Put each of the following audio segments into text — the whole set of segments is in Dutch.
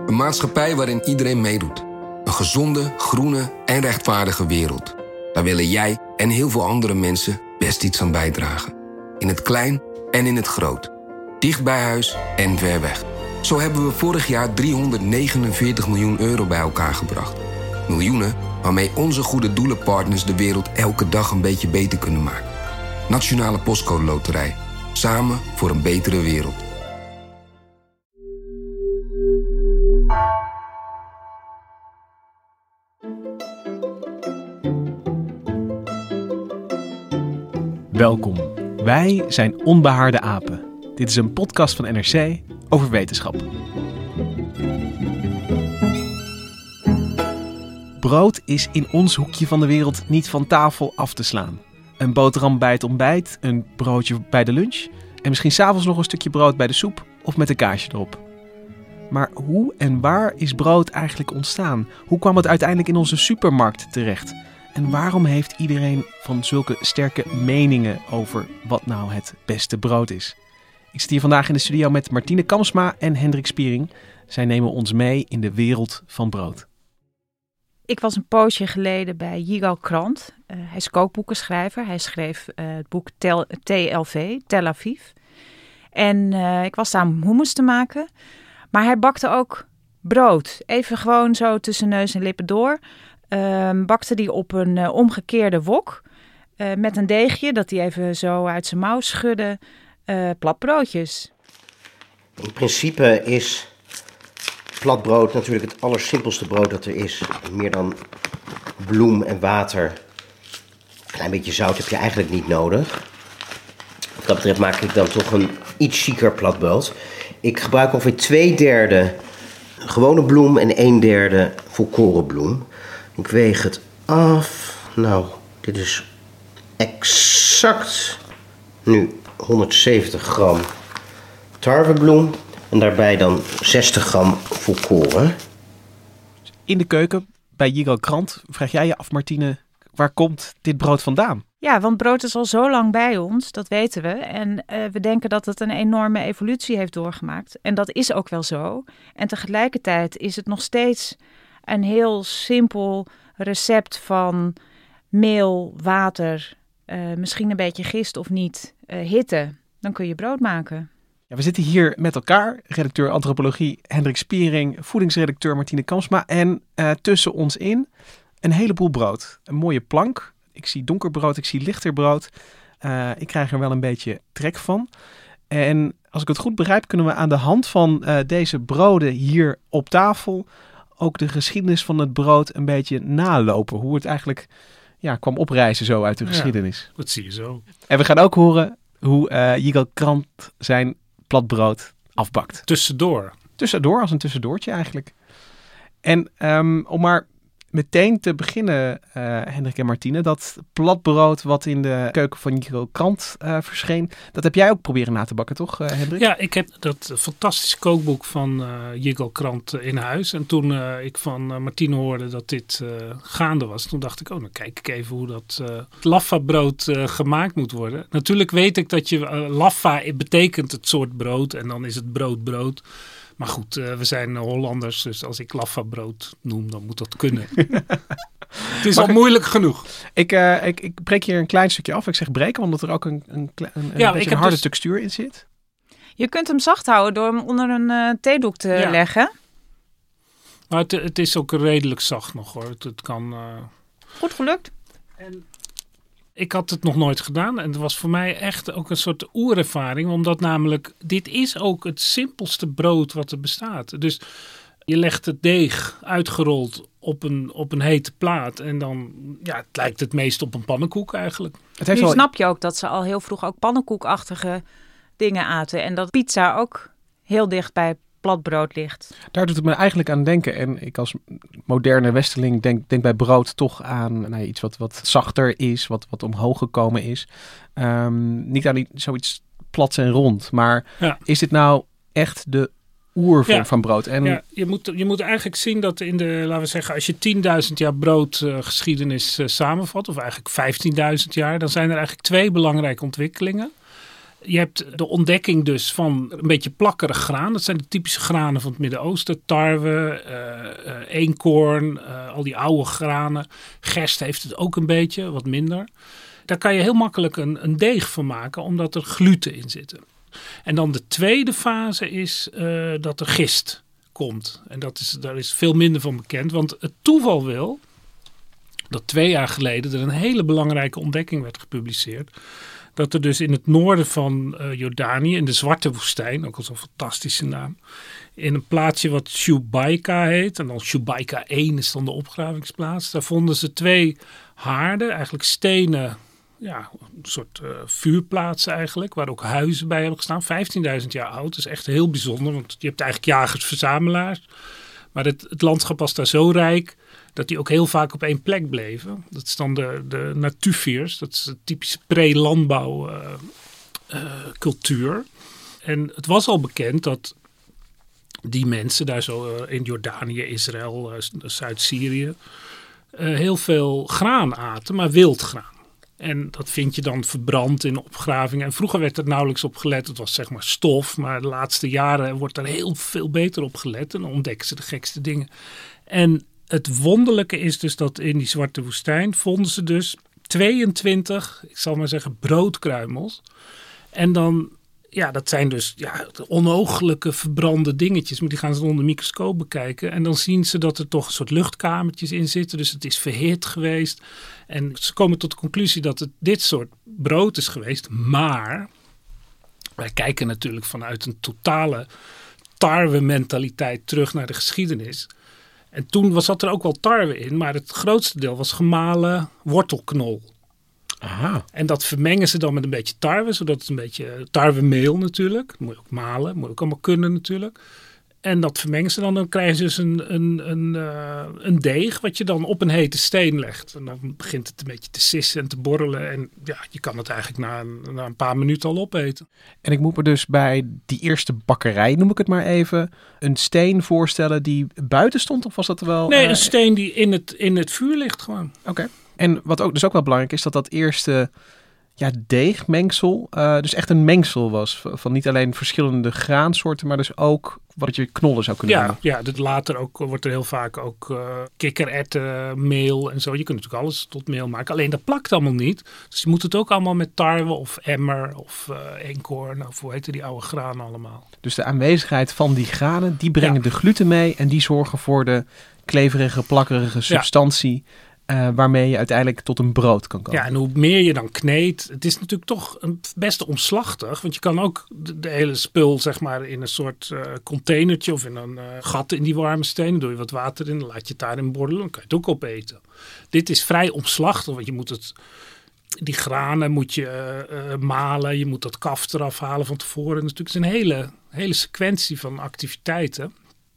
Een maatschappij waarin iedereen meedoet. Een gezonde, groene en rechtvaardige wereld. Daar willen jij en heel veel andere mensen best iets aan bijdragen. In het klein en in het groot. Dicht bij huis en ver weg. Zo hebben we vorig jaar 349 miljoen euro bij elkaar gebracht. Miljoenen waarmee onze goede doelenpartners de wereld elke dag een beetje beter kunnen maken. Nationale Postcode Loterij. Samen voor een betere wereld. Welkom. Wij zijn Onbehaarde Apen. Dit is een podcast van NRC over wetenschap. Brood is in ons hoekje van de wereld niet van tafel af te slaan. Een boterham bij het ontbijt, een broodje bij de lunch en misschien 's avonds nog een stukje brood bij de soep of met een kaasje erop. Maar hoe en waar is brood eigenlijk ontstaan? Hoe kwam het uiteindelijk in onze supermarkt terecht? En waarom heeft iedereen van zulke sterke meningen over wat nou het beste brood is? Ik zit hier vandaag in de studio met Martine Kamsma en Hendrik Spiering. Zij nemen ons mee in de wereld van brood. Ik was een poosje geleden bij Yigal Krant. Hij is kookboekenschrijver. Hij schreef het boek TLV, Tel Aviv. En ik was daar om hummus te maken. Maar hij bakte ook brood. Even gewoon zo tussen neus en lippen door. Bakte die op een omgekeerde wok. Met een deegje dat hij even zo uit zijn mouw schudde. Platbroodjes. In principe is platbrood natuurlijk het allersimpelste brood dat er is. Meer dan bloem en water. Een klein beetje zout heb je eigenlijk niet nodig. Wat dat betreft maak ik dan toch een iets chiquer platbrood. Ik gebruik ongeveer 2/3 gewone bloem en 1/3 volkorenbloem. Ik weeg het af. Nou, dit is exact nu 170 gram tarwebloem. En daarbij dan 60 gram volkoren. In de keuken bij Yigal Krant vraag jij je af, Martine, waar komt dit brood vandaan? Ja, want brood is al zo lang bij ons, dat weten we. En we denken dat het een enorme evolutie heeft doorgemaakt. En dat is ook wel zo. En tegelijkertijd is het nog steeds een heel simpel recept van meel, water, misschien een beetje gist of niet, hitte. Dan kun je brood maken. Ja, we zitten hier met elkaar, redacteur antropologie Hendrik Spiering, voedingsredacteur Martine Kamsma en tussen ons in een heleboel brood. Een mooie plank. Ik zie donker brood, ik zie lichter brood. Ik krijg er wel een beetje trek van. En als ik het goed begrijp, kunnen we aan de hand van deze broden hier op tafel ook de geschiedenis van het brood een beetje nalopen. Hoe het eigenlijk kwam oprijzen zo uit de geschiedenis. Ja, dat zie je zo. En we gaan ook horen hoe Yigal Krant zijn platbrood afbakt. Tussendoor, als een tussendoortje eigenlijk. En om maar meteen te beginnen, Hendrik en Martine, dat platbrood wat in de keuken van Yigal Krant verscheen, dat heb jij ook proberen na te bakken, toch, Hendrik? Ja, ik heb dat fantastische kookboek van Yigal Krant in huis. En toen ik van Martine hoorde dat dit gaande was, toen dacht ik, dan kijk ik even hoe dat laffa-brood gemaakt moet worden. Natuurlijk weet ik dat laffa betekent het soort brood en dan is het brood. Maar goed, we zijn Hollanders, dus als ik laffa-brood noem, dan moet dat kunnen. Het is al moeilijk genoeg. Ik breek hier een klein stukje af. Ik zeg breken, omdat er ook een beetje een harde textuur in zit. Je kunt hem zacht houden door hem onder een theedoek te leggen. Maar het is ook redelijk zacht nog, hoor. Het kan... Goed gelukt. En ik had het nog nooit gedaan en het was voor mij echt ook een soort oerervaring. Omdat namelijk, dit is ook het simpelste brood wat er bestaat. Dus je legt het deeg uitgerold op een hete plaat en dan, het lijkt het meest op een pannenkoek eigenlijk. Nu snap je ook dat ze al heel vroeg ook pannenkoekachtige dingen aten. En dat pizza ook heel dicht bij platbrood ligt. Daar doet het me eigenlijk aan denken. En ik als moderne westerling denk bij brood toch aan iets wat zachter is, wat omhoog gekomen is. Niet aan zoiets plats en rond. Maar is dit nou echt de oervorm van brood? En je moet eigenlijk zien dat in de, laten we zeggen, als je 10.000 jaar broodgeschiedenis samenvat, of eigenlijk 15.000 jaar, dan zijn er eigenlijk 2 belangrijke ontwikkelingen. je hebt de ontdekking dus van een beetje plakkerig graan. Dat zijn de typische granen van het Midden-Oosten. Tarwe, eenkoorn, al die oude granen. Gerst heeft het ook een beetje, wat minder. Daar kan je heel makkelijk een deeg van maken, omdat er gluten in zitten. En dan de tweede fase is dat er gist komt. En daar is veel minder van bekend. Want het toeval wil dat 2 jaar geleden er een hele belangrijke ontdekking werd gepubliceerd. Dat er dus in het noorden van Jordanië, in de Zwarte Woestijn, ook al zo'n fantastische naam, in een plaatsje wat Shubaika heet, en dan Shubaika 1 is dan de opgravingsplaats, daar vonden ze 2 haarden, eigenlijk stenen, ja, een soort vuurplaatsen eigenlijk, waar ook huizen bij hebben gestaan. 15.000 jaar oud, dat is echt heel bijzonder, want je hebt eigenlijk jagers-verzamelaars. Maar het landschap was daar zo rijk dat die ook heel vaak op één plek bleven. Dat is dan de natufiers, dat is de typische pre-landbouw cultuur. En het was al bekend dat die mensen daar zo in Jordanië, Israël, Zuid-Syrië heel veel graan aten, maar wild graan. En dat vind je dan verbrand in opgravingen. En vroeger werd er nauwelijks op gelet. Het was zeg maar stof. Maar de laatste jaren wordt er heel veel beter op gelet. En dan ontdekken ze de gekste dingen. En het wonderlijke is dus dat in die Zwarte Woestijn vonden ze dus 22, ik zal maar zeggen, broodkruimels. En dan, ja, dat zijn dus de onooglijke verbrande dingetjes. Maar die gaan ze onder de microscoop bekijken. En dan zien ze dat er toch een soort luchtkamertjes in zitten. Dus het is verhit geweest. En ze komen tot de conclusie dat het dit soort brood is geweest. Maar wij kijken natuurlijk vanuit een totale tarwe-mentaliteit terug naar de geschiedenis. En toen zat er ook wel tarwe in, maar het grootste deel was gemalen wortelknol. Aha. En dat vermengen ze dan met een beetje tarwe, zodat het een beetje tarwemeel natuurlijk. Dat moet je ook malen, moet je ook allemaal kunnen natuurlijk. En dat vermengen ze dan krijgen ze dus een deeg wat je dan op een hete steen legt. En dan begint het een beetje te sissen en te borrelen. En ja, je kan het eigenlijk na een paar minuten al opeten. En ik moet me dus bij die eerste bakkerij, noem ik het maar even, een steen voorstellen die buiten stond? Of was dat wel? Nee, een steen die in het vuur ligt gewoon. Oké. En wat ook dus ook wel belangrijk is, dat eerste deegmengsel dus echt een mengsel was van niet alleen verschillende graansoorten, maar dus ook wat je knollen zou kunnen noemen. Ja, later ook wordt er heel vaak ook kikkererwten, meel en zo. Je kunt natuurlijk alles tot meel maken. Alleen dat plakt allemaal niet. Dus je moet het ook allemaal met tarwe of emmer of eenkoorn of hoe heet die oude granen allemaal. Dus de aanwezigheid van die granen, die brengen de gluten mee en die zorgen voor de kleverige, plakkerige substantie. Waarmee je uiteindelijk tot een brood kan komen. Ja, en hoe meer je dan kneedt, het is natuurlijk toch best omslachtig. Want je kan ook de hele spul zeg maar in een soort containertje of in een gat in die warme steen. Dan doe je wat water in, dan laat je het daarin borrelen. Dan kan je het ook opeten. Dit is vrij omslachtig, want je moet die granen moet je malen. Je moet dat kaf eraf halen van tevoren. Natuurlijk is een hele sequentie van activiteiten.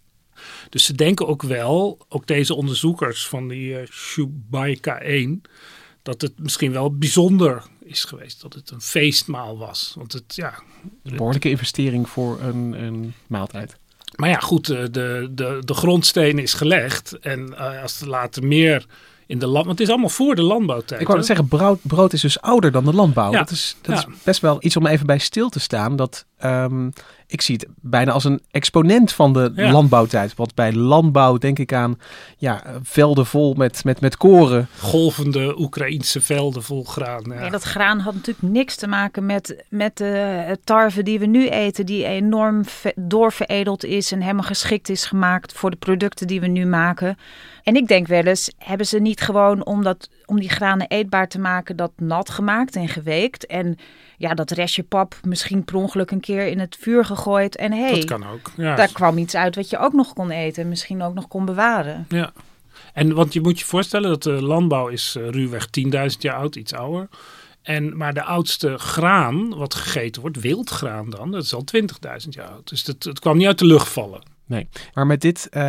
Dus ze denken ook wel, ook deze onderzoekers van die Shubaika 1, dat het misschien wel bijzonder is geweest. Dat het een feestmaal was. Want een behoorlijke investering voor een maaltijd. Maar ja, goed, de grondsteen is gelegd. En als er later meer in de land... Want het is allemaal voor de landbouwtijd. Ik wou zeggen, brood is dus ouder dan de landbouw. Ja. Dat is best wel iets om even bij stil te staan. Dat ik zie het bijna als een exponent van de landbouwtijd. Want bij landbouw denk ik aan velden vol met koren. Golvende Oekraïense velden vol graan. Ja. Nee, dat graan had natuurlijk niks te maken met de tarwe die we nu eten. Die enorm doorveredeld is en helemaal geschikt is gemaakt voor de producten die we nu maken. En ik denk wel eens, hebben ze niet gewoon om die granen eetbaar te maken, dat nat gemaakt en geweekt. En dat restje pap misschien per ongeluk een keer in het vuur gegooid. En dat kan ook. Ja. Daar kwam iets uit wat je ook nog kon eten. Misschien ook nog kon bewaren. Ja. En want je moet je voorstellen dat de landbouw is ruwweg 10.000 jaar oud, iets ouder. Maar de oudste graan wat gegeten wordt, wildgraan dan, dat is al 20.000 jaar oud. Dus het kwam niet uit de lucht vallen. Nee, maar met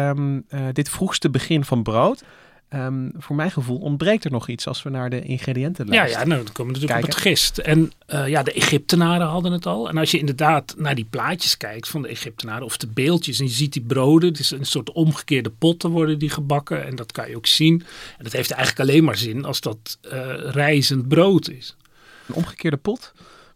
dit vroegste begin van brood, voor mijn gevoel ontbreekt er nog iets als we naar de ingrediëntenlijst dan komen we natuurlijk op het gist. En de Egyptenaren hadden het al. En als je inderdaad naar die plaatjes kijkt van de Egyptenaren of de beeldjes en je ziet die broden, het is een soort omgekeerde potten worden die gebakken en dat kan je ook zien. En dat heeft eigenlijk alleen maar zin als dat rijzend brood is. Een omgekeerde pot?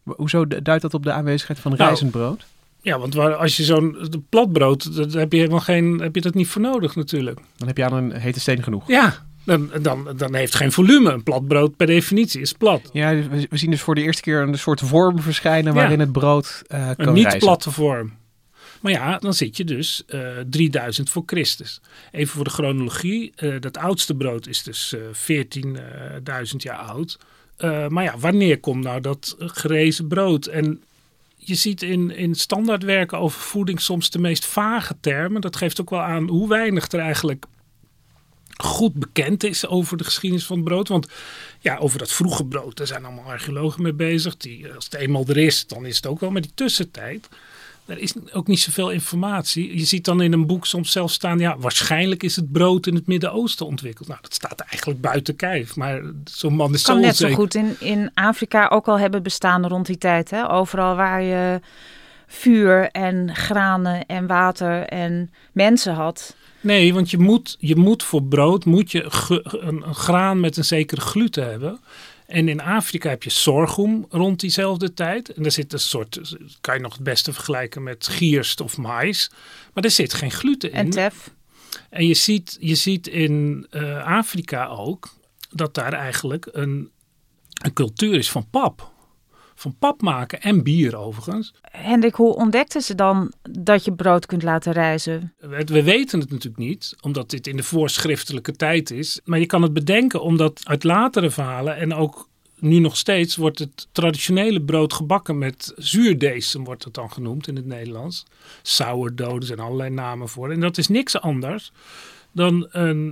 Hoezo duidt dat op de aanwezigheid van rijzend brood? Ja, want als je zo'n platbrood, heb je dat niet voor nodig natuurlijk. Dan heb je aan een hete steen genoeg. Ja, dan heeft het geen volume. Een platbrood per definitie is plat. Ja, we zien dus voor de eerste keer een soort vorm verschijnen waarin het brood kan rijzen. Een niet platte vorm. Maar ja, dan zit je dus 3000 voor Christus. Even voor de chronologie. Dat oudste brood is dus 14.000 jaar oud. Maar ja, wanneer komt nou dat gerezen brood? En je ziet in standaardwerken over voeding soms de meest vage termen. Dat geeft ook wel aan hoe weinig er eigenlijk goed bekend is over de geschiedenis van het brood. Want ja, over dat vroege brood, daar zijn allemaal archeologen mee bezig. Als het eenmaal er is, dan is het ook wel. Maar die tussentijd, er is ook niet zoveel informatie. Je ziet dan in een boek soms zelfs staan, ja, waarschijnlijk is het brood in het Midden-Oosten ontwikkeld. Nou, dat staat eigenlijk buiten kijf. Maar zo'n man is zo kan net onzeker. zo goed in Afrika ook al hebben bestaan rond die tijd. Hè? Overal waar je vuur en granen en water en mensen had. Nee, want je moet voor brood een graan met een zekere gluten hebben. En in Afrika heb je sorghum rond diezelfde tijd. En daar zit een soort, kan je nog het beste vergelijken met gierst of maïs. Maar er zit geen gluten in. En tef. En je ziet in Afrika ook dat daar eigenlijk een cultuur is van pap. Van pap maken en bier overigens. Hendrik, hoe ontdekten ze dan dat je brood kunt laten rijzen? We weten het natuurlijk niet, omdat dit in de voorschriftelijke tijd is. Maar je kan het bedenken, omdat uit latere verhalen en ook nu nog steeds wordt het traditionele brood gebakken met zuurdeesem, wordt het dan genoemd in het Nederlands. Sourdough, er zijn allerlei namen voor. En dat is niks anders dan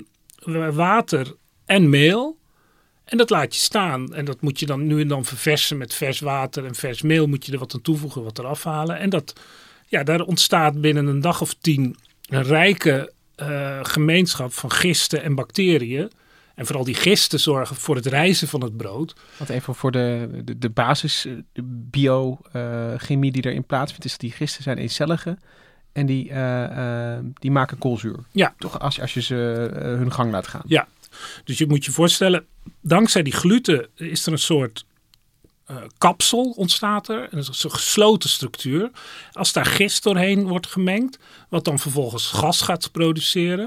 water en meel. En dat laat je staan. En dat moet je dan nu en dan verversen met vers water en vers meel. Moet je er wat aan toevoegen, wat eraf halen. En daar ontstaat binnen een dag of 10 een rijke gemeenschap van gisten en bacteriën. En vooral die gisten zorgen voor het rijzen van het brood. Want even voor de basis biochemie die erin plaatsvindt, is dat die gisten zijn eencellige. En die maken koolzuur. Ja. Toch als je ze hun gang laat gaan. Ja. Dus je moet je voorstellen, dankzij die gluten is er een soort kapsel ontstaat er. En dat is een gesloten structuur. Als daar gist doorheen wordt gemengd, wat dan vervolgens gas gaat produceren,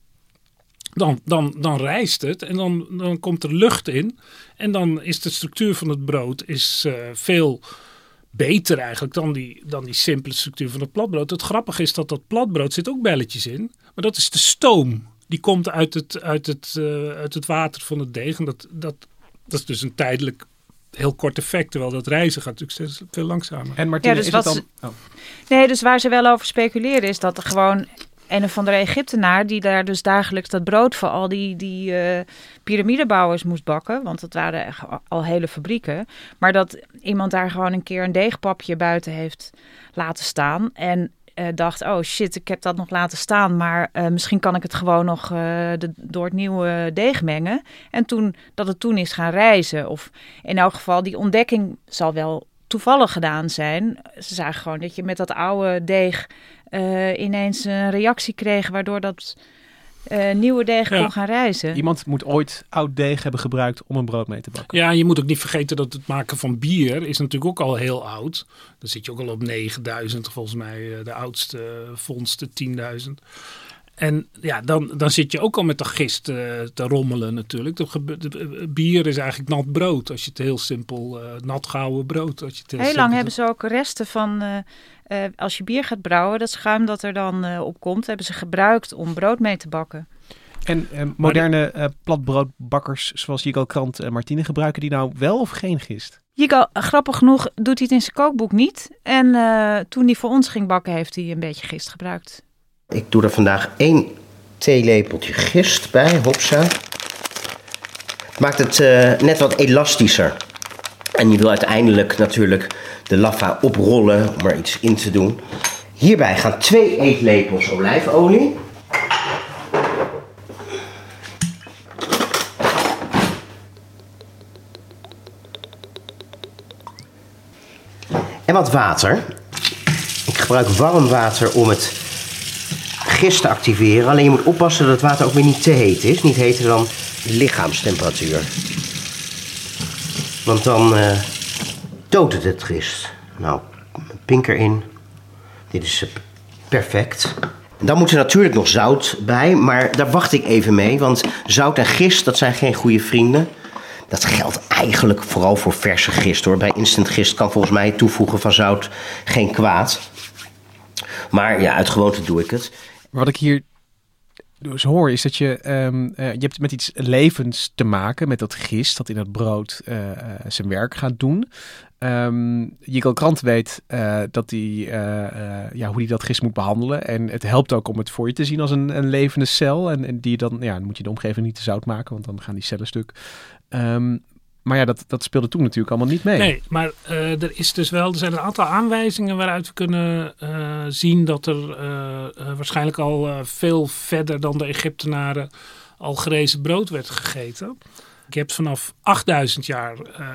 dan rijst het en dan komt er lucht in. En dan is de structuur van het brood veel beter eigenlijk dan die simpele structuur van het platbrood. Het grappige is dat platbrood zit ook belletjes in, maar dat is de stoom. Die komt uit het water van het deeg. En dat is dus een tijdelijk heel kort effect. Terwijl dat rijzen gaat natuurlijk steeds veel langzamer. En Martine, dus is het dan... Nee, dus waar ze wel over speculeren is dat er gewoon een of andere Egyptenaar die daar dus dagelijks dat brood voor al die piramidebouwers moest bakken. Want dat waren al hele fabrieken. Maar dat iemand daar gewoon een keer een deegpapje buiten heeft laten staan. En dacht, oh shit, ik heb dat nog laten staan. Maar misschien kan ik het gewoon nog door het nieuwe deeg mengen. En dat het toen is gaan rijzen. Of in elk geval, die ontdekking zal wel toevallig gedaan zijn. Ze zagen gewoon dat je met dat oude deeg ineens een reactie kreeg, waardoor dat nieuwe deeg kon gaan rijzen. Iemand moet ooit oud deeg hebben gebruikt om een brood mee te bakken. Ja, je moet ook niet vergeten dat het maken van bier is natuurlijk ook al heel oud. Dan zit je ook al op 9000, volgens mij de oudste vondsten 10.000. En ja, dan zit je ook al met de gist te rommelen natuurlijk. Bier is eigenlijk nat brood, als je het heel simpel, nat gouden brood. Als je het heel lang hebben ze ook resten van, als je bier gaat brouwen, dat schuim dat er dan op komt, hebben ze gebruikt om brood mee te bakken. En moderne platbroodbakkers zoals Yigal Krant en Martine, gebruiken die nou wel of geen gist? Yigal, grappig genoeg, doet hij het in zijn kookboek niet. En toen hij voor ons ging bakken, heeft hij een beetje gist gebruikt. Ik doe er vandaag 1 theelepeltje gist bij, hopsa. Het maakt het net wat elastischer. En je wil uiteindelijk natuurlijk de laffa oprollen om er iets in te doen. Hierbij gaan 2 eetlepels olijfolie. En wat water. Ik gebruik warm water om het gist te activeren. Alleen je moet oppassen dat het water ook weer niet te heet is. Niet heter dan lichaamstemperatuur. Want dan dood het gist. Nou, pink erin. Dit is perfect. Dan moet er natuurlijk nog zout bij, maar daar wacht ik even mee. Want zout en gist, dat zijn geen goede vrienden. Dat geldt eigenlijk vooral voor verse gist, hoor. Bij instant gist kan volgens mij het toevoegen van zout geen kwaad. Maar ja, uit gewoonte doe ik het. Wat ik hier dus hoor is dat je hebt met iets levens te maken, met dat gist dat in het brood zijn werk gaat doen. Yigal Krant weet dat hoe hij dat gist moet behandelen. En het helpt ook om het voor je te zien als een levende cel. En die dan moet je de omgeving niet te zout maken, want dan gaan die cellen stuk. Maar ja, dat speelde toen natuurlijk allemaal niet mee. Nee, maar er zijn een aantal aanwijzingen waaruit we kunnen zien dat er waarschijnlijk al veel verder dan de Egyptenaren al gerezen brood werd gegeten. Je hebt vanaf 8000 jaar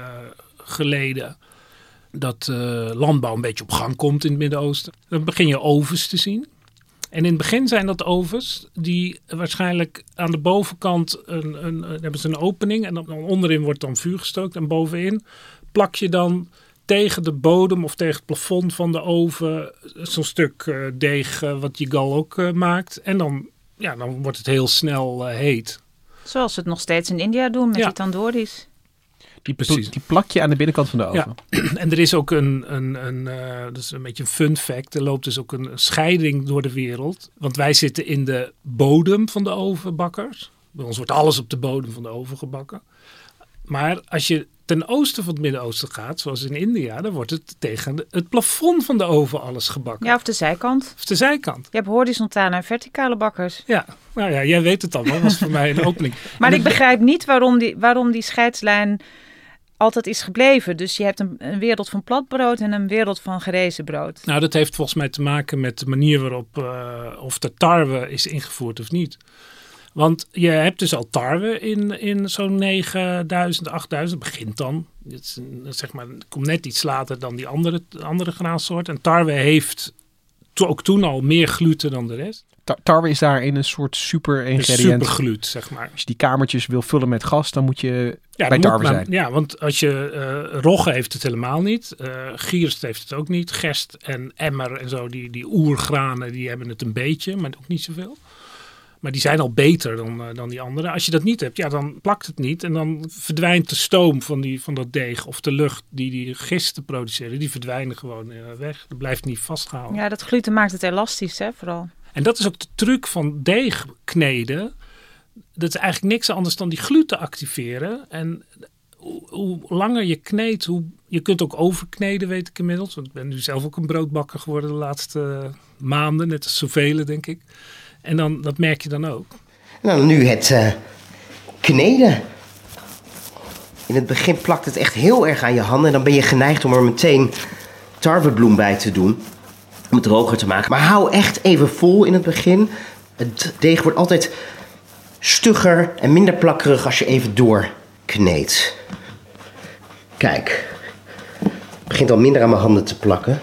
geleden dat landbouw een beetje op gang komt in het Midden-Oosten. Dan begin je ovens te zien. En in het begin zijn dat ovens die waarschijnlijk aan de bovenkant hebben ze een opening. En dan onderin wordt dan vuur gestookt. En bovenin plak je dan tegen de bodem of tegen het plafond van de oven zo'n stuk deeg wat Yigal ook maakt. En dan wordt het heel snel heet. Zoals ze het nog steeds in India doen met die tandooris. Die plak je aan de binnenkant van de oven. Ja. En er is ook dat is een beetje een fun fact. Er loopt dus ook een scheiding door de wereld. Want wij zitten in de bodem van de ovenbakkers. Bij ons wordt alles op de bodem van de oven gebakken. Maar als je ten oosten van het Midden-Oosten gaat, zoals in India, dan wordt het tegen het plafond van de oven alles gebakken. Ja, of de zijkant. Of de zijkant. Je hebt horizontale en verticale bakkers. Ja, nou ja, jij weet het allemaal. Dat was voor mij een opening. Maar ik begrijp niet waarom die scheidslijn altijd is gebleven. Dus je hebt een wereld van platbrood en een wereld van gerezen brood. Nou, dat heeft volgens mij te maken met de manier waarop of de tarwe is ingevoerd of niet. Want je hebt dus al tarwe in zo'n 9000, 8000. Begint dan. Het komt net iets later dan die andere graansoort. En tarwe heeft ook toen al meer gluten dan de rest. Tarwe is daarin een soort super ingrediënt. Superglut, zeg maar. Als je die kamertjes wil vullen met gas, dan moet je bij tarwe zijn. Ja, want als je rogge heeft het helemaal niet. Gierst heeft het ook niet. Gerst en emmer en zo, die oergranen, die hebben het een beetje, maar ook niet zoveel. Maar die zijn al beter dan die andere. Als je dat niet hebt, dan plakt het niet. En dan verdwijnt de stoom van dat deeg of de lucht die gisten produceren. Die verdwijnen gewoon weg. Dat blijft niet vastgehouden. Ja, dat gluten maakt het elastisch, hè, vooral. En dat is ook de truc van deeg kneden. Dat is eigenlijk niks anders dan die gluten activeren. En hoe langer je kneedt, je kunt ook overkneden, weet ik inmiddels. Want ik ben nu zelf ook een broodbakker geworden de laatste maanden. Net als zoveel, denk ik. En dat merk je dan ook. Nou, nu het kneden. In het begin plakt het echt heel erg aan je handen. En dan ben je geneigd om er meteen tarwebloem bij te doen. Om het droger te maken. Maar hou echt even vol in het begin. Het deeg wordt altijd stugger en minder plakkerig als je even doorkneedt. Kijk. Het begint al minder aan mijn handen te plakken.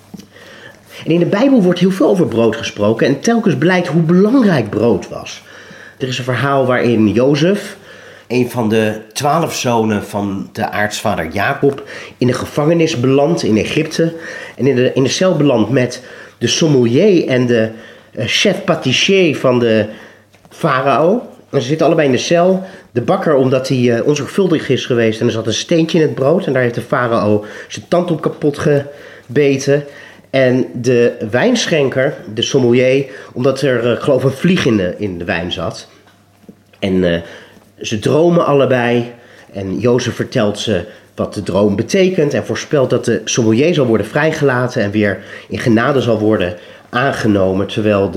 En in de Bijbel wordt heel veel over brood gesproken. En telkens blijkt hoe belangrijk brood was. Er is een verhaal waarin Jozef, een van de 12 zonen van de aartsvader Jacob, in de gevangenis belandt in Egypte. En in de cel belandt met de sommelier en de chef pâtissier van de farao. En ze zitten allebei in de cel. De bakker omdat hij onzorgvuldig is geweest en er zat een steentje in het brood. En daar heeft de farao zijn tand op kapot gebeten. En de wijnschenker, de sommelier, omdat er geloof ik een vlieg in de wijn zat. En ze dromen allebei. En Jozef vertelt ze wat de droom betekent. En voorspelt dat de sommelier zal worden vrijgelaten en weer in genade zal worden aangenomen. Terwijl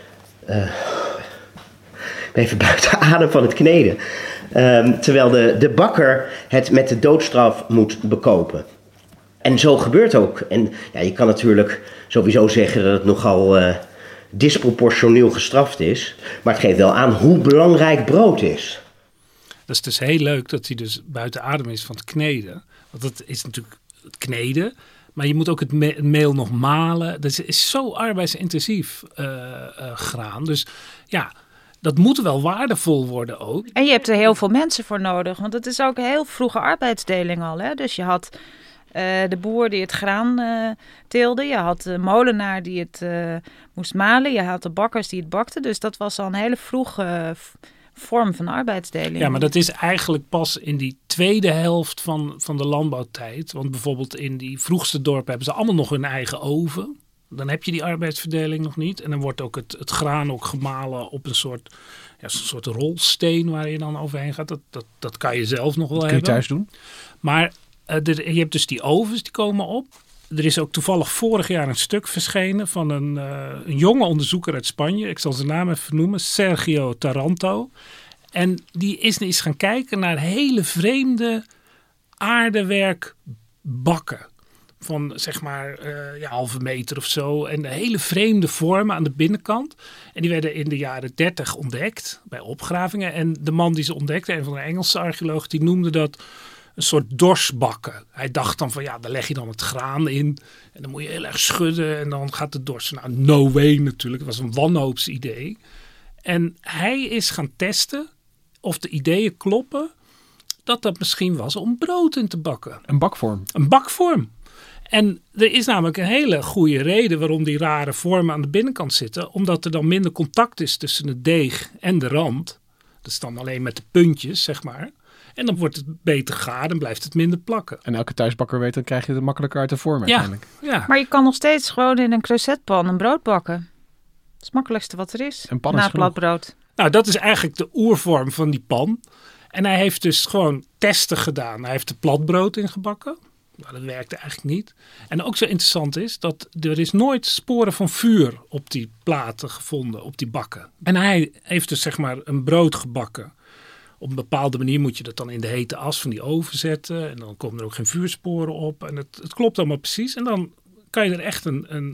even buiten adem van het kneden. Terwijl de bakker het met de doodstraf moet bekopen. En zo gebeurt ook. En ja, je kan natuurlijk sowieso zeggen dat het nogal disproportioneel gestraft is. Maar het geeft wel aan hoe belangrijk brood is. Dat is dus heel leuk dat hij dus buiten adem is van het kneden. Want dat is natuurlijk het kneden. Maar je moet ook het meel nog malen. Dat is zo arbeidsintensief graan. Dus ja, dat moet wel waardevol worden ook. En je hebt er heel veel mensen voor nodig. Want het is ook een heel vroege arbeidsdeling al. Hè? Dus je had de boer die het graan teelde. Je had de molenaar die het moest malen. Je had de bakkers die het bakten. Dus dat was al een hele vroege vorm van arbeidsdeling. Ja, maar dat is eigenlijk pas in die tweede helft van de landbouwtijd. Want bijvoorbeeld in die vroegste dorpen hebben ze allemaal nog hun eigen oven. Dan heb je die arbeidsverdeling nog niet. En dan wordt ook het graan ook gemalen op een soort rolsteen waar je dan overheen gaat. Dat kan je zelf nog wel hebben. Kun je thuis doen. Maar je hebt dus die ovens die komen op. Er is ook toevallig vorig jaar een stuk verschenen van een jonge onderzoeker uit Spanje. Ik zal zijn naam even noemen. Sergio Taranto. En die is eens gaan kijken naar hele vreemde aardewerkbakken. Van zeg maar halve meter of zo. En hele vreemde vormen aan de binnenkant. En die werden in de jaren 30 ontdekt bij opgravingen. En de man die ze ontdekte, een van de Engelse archeologen, die noemde dat een soort dorsbakken. Hij dacht dan van daar leg je dan het graan in. En dan moet je heel erg schudden en dan gaat de dorsen. Nou, no way natuurlijk. Het was een wanhoopsidee. En hij is gaan testen of de ideeën kloppen dat misschien was om brood in te bakken. Een bakvorm. Een bakvorm. En er is namelijk een hele goede reden waarom die rare vormen aan de binnenkant zitten. Omdat er dan minder contact is tussen het deeg en de rand. Dat is dan alleen met de puntjes, zeg maar. En dan wordt het beter gaar en blijft het minder plakken. En elke thuisbakker weet, dan krijg je het makkelijker uit de vorm uiteindelijk. Ja. Maar je kan nog steeds gewoon in een creusetpan een brood bakken. Dat is het makkelijkste wat er is. Een pan na is het platbrood. Nou, dat is eigenlijk de oervorm van die pan. En hij heeft dus gewoon testen gedaan. Hij heeft er platbrood in gebakken. Nou, dat werkte eigenlijk niet. En ook zo interessant is dat er is nooit sporen van vuur op die platen gevonden, op die bakken. En hij heeft dus zeg maar een brood gebakken. Op een bepaalde manier moet je dat dan in de hete as van die oven zetten. En dan komen er ook geen vuursporen op. En het klopt allemaal precies. En dan kan je er echt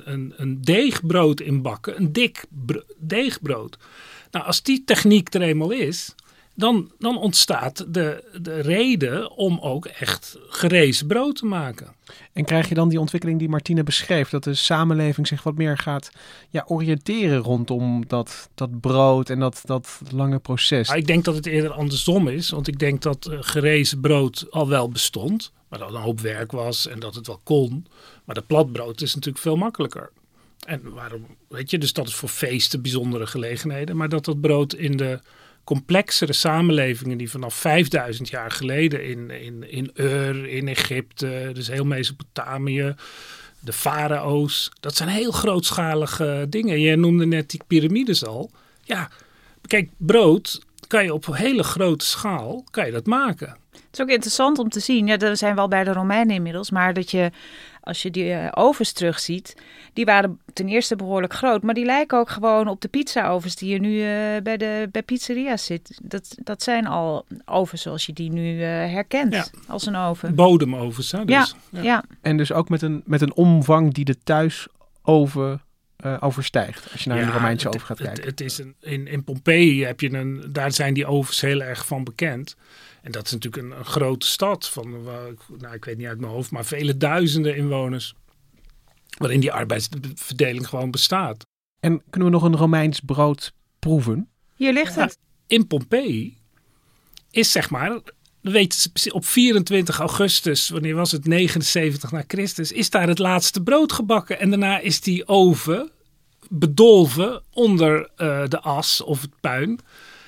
een deegbrood in bakken. Een dik deegbrood. Nou, als die techniek er eenmaal is, dan ontstaat de reden om ook echt gerezen brood te maken. En krijg je dan die ontwikkeling die Martine beschreef, dat de samenleving zich wat meer gaat oriënteren rondom dat brood en dat lange proces? Nou, ik denk dat het eerder andersom is, want ik denk dat gerezen brood al wel bestond, maar dat het een hoop werk was en dat het wel kon. Maar dat platbrood is natuurlijk veel makkelijker. En waarom, weet je, dus dat is voor feesten, bijzondere gelegenheden, maar dat brood in de complexere samenlevingen die vanaf 5000 jaar geleden in Ur, in Egypte, dus heel Mesopotamië, de farao's, dat zijn heel grootschalige dingen. Je noemde net die piramides al. Ja, kijk, brood kan je op een hele grote schaal kan je dat maken. Het is ook interessant om te zien, we zijn wel bij de Romeinen inmiddels, maar dat je, als je die ovens terugziet, die waren ten eerste behoorlijk groot, maar die lijken ook gewoon op de pizza-ovens die je nu bij pizzeria's zit. Dat zijn al ovens zoals je die nu herkent als een oven. Bodemovens, hè? Dus. Ja. En dus ook met een omvang die de thuisoven overstijgt, als je naar een Romeinse oven gaat kijken. Het is in Pompeii heb je daar zijn die ovens heel erg van bekend. En dat is natuurlijk een grote stad van, ik weet niet uit mijn hoofd, maar vele duizenden inwoners. Waarin die arbeidsverdeling gewoon bestaat. En kunnen we nog een Romeins brood proeven? Hier ligt het. In Pompeii is zeg maar, weet je, op 24 augustus, wanneer was het, 79 na Christus, is daar het laatste brood gebakken. En daarna is die oven bedolven onder de as of het puin.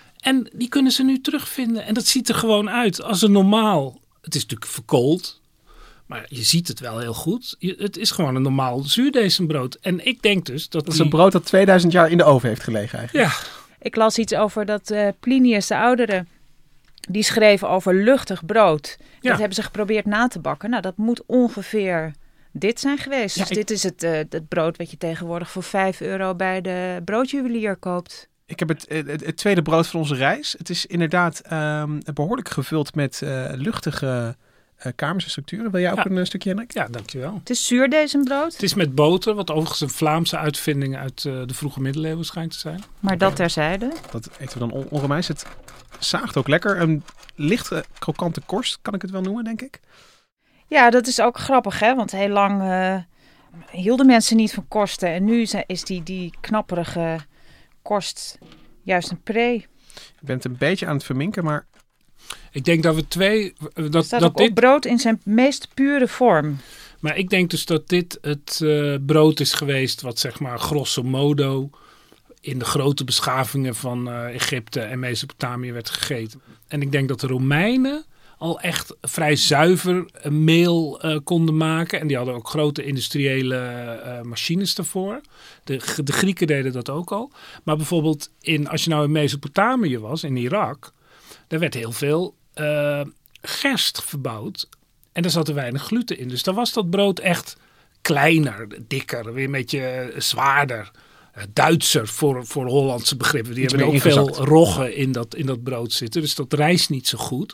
En die kunnen ze nu terugvinden. En dat ziet er gewoon uit als een normaal. Het is natuurlijk verkoold. Maar je ziet het wel heel goed. Het is gewoon een normaal zuurdezenbrood. En ik denk dus dat is een brood dat 2000 jaar in de oven heeft gelegen eigenlijk. Ja. Ik las iets over dat Plinius de Oudere, die schreef over luchtig brood. Ja. Dat hebben ze geprobeerd na te bakken. Nou, dat moet ongeveer dit zijn geweest. Ja, dus dit is het brood wat je tegenwoordig voor €5 bij de broodjuwelier koopt. Ik heb het tweede brood van onze reis. Het is inderdaad behoorlijk gevuld met luchtige kamerse structuren. Wil jij ook een stukje, Hendrik? Ja, dankjewel. Het is zuurdezenbrood. Het is met boter, wat overigens een Vlaamse uitvinding uit de vroege middeleeuwen schijnt te zijn. Maar dat terzijde. Dat eten we dan onromeins. Het zaagt ook lekker. Een licht krokante korst, kan ik het wel noemen, denk ik. Ja, dat is ook grappig, hè? Want heel lang hielden mensen niet van korsten. En nu is die knapperige korst juist een pre. Je bent een beetje aan het verminken, maar Ik denk dat we staat ook op brood in zijn meest pure vorm. Maar ik denk dus dat dit het brood is geweest wat zeg maar grosso modo in de grote beschavingen van Egypte en Mesopotamië werd gegeten. En ik denk dat de Romeinen al echt vrij zuiver meel konden maken. En die hadden ook grote industriële machines daarvoor. De Grieken deden dat ook al. Maar bijvoorbeeld als je nou in Mesopotamië was, in Irak, daar werd heel veel gerst verbouwd. En daar zat er weinig gluten in. Dus dan was dat brood echt kleiner, dikker, weer een beetje zwaarder. Duitser voor Hollandse begrippen. Die hebben ook veel roggen in dat brood zitten. Dus dat rijst niet zo goed.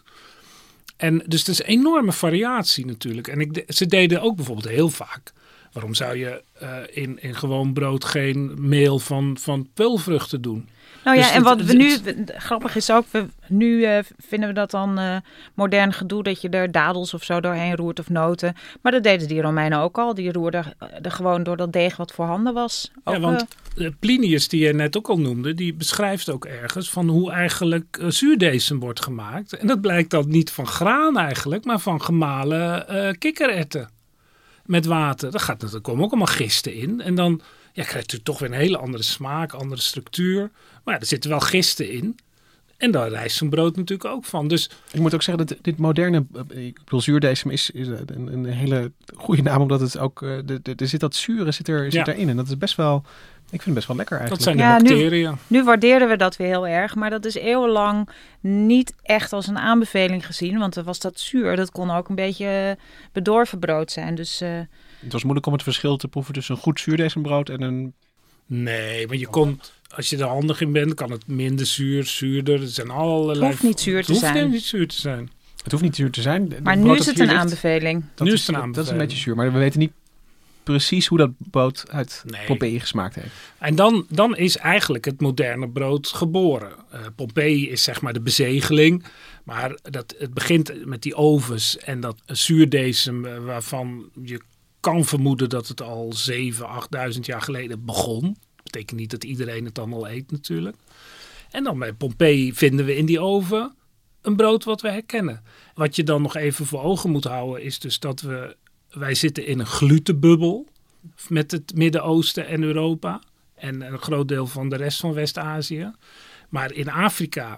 En dus het is een enorme variatie natuurlijk. En ze deden ook bijvoorbeeld heel vaak. Waarom zou je in gewoon brood geen meel van peulvruchten doen? Nou ja, dus en wat we nu, grappig is ook, nu vinden we dat dan modern gedoe dat je er dadels of zo doorheen roert of noten. Maar dat deden die Romeinen ook al. Die roerden er gewoon door dat deeg wat voorhanden was. Ja, want Plinius, die je net ook al noemde, die beschrijft ook ergens van hoe eigenlijk zuurdesem wordt gemaakt. En dat blijkt dan niet van graan eigenlijk, maar van gemalen kikkererwten met water. Daar komen ook allemaal gisten in. En dan krijgt u toch weer een hele andere smaak, andere structuur. Maar ja, er zitten wel gisten in. En daar rijst zo'n brood natuurlijk ook van. Dus ik moet ook zeggen dat dit moderne, ik bedoel zuurdesem is een hele goede naam, omdat het ook, er zit dat zure zit erin. En dat is best wel, ik vind het best wel lekker eigenlijk. Dat zijn de bacteriën. Nu waarderen we dat weer heel erg, maar dat is eeuwenlang niet echt als een aanbeveling gezien. Want er was dat zuur, dat kon ook een beetje bedorven brood zijn. Dus het was moeilijk om het verschil te proeven tussen een goed zuurdesembrood en een... Nee, maar je kon, als je er handig in bent, kan het minder zuurder. Er zijn allerlei... Het hoeft niet zuur te zijn. Het hoeft niet zuur te zijn. Het hoeft niet zuur te zijn. Maar nu is het een aanbeveling. Dat is een beetje zuur, maar we weten niet precies hoe dat brood uit Pompeii gesmaakt heeft. En dan is eigenlijk het moderne brood geboren. Pompeii is zeg maar de bezegeling. Maar het begint met die ovens en dat zuurdesem waarvan je kan vermoeden dat het al 7.000, 8.000 jaar geleden begon. Dat betekent niet dat iedereen het dan al eet natuurlijk. En dan bij Pompeii vinden we in die oven een brood wat we herkennen. Wat je dan nog even voor ogen moet houden is dus dat wij zitten in een glutenbubbel met het Midden-Oosten en Europa. En een groot deel van de rest van West-Azië. Maar in Afrika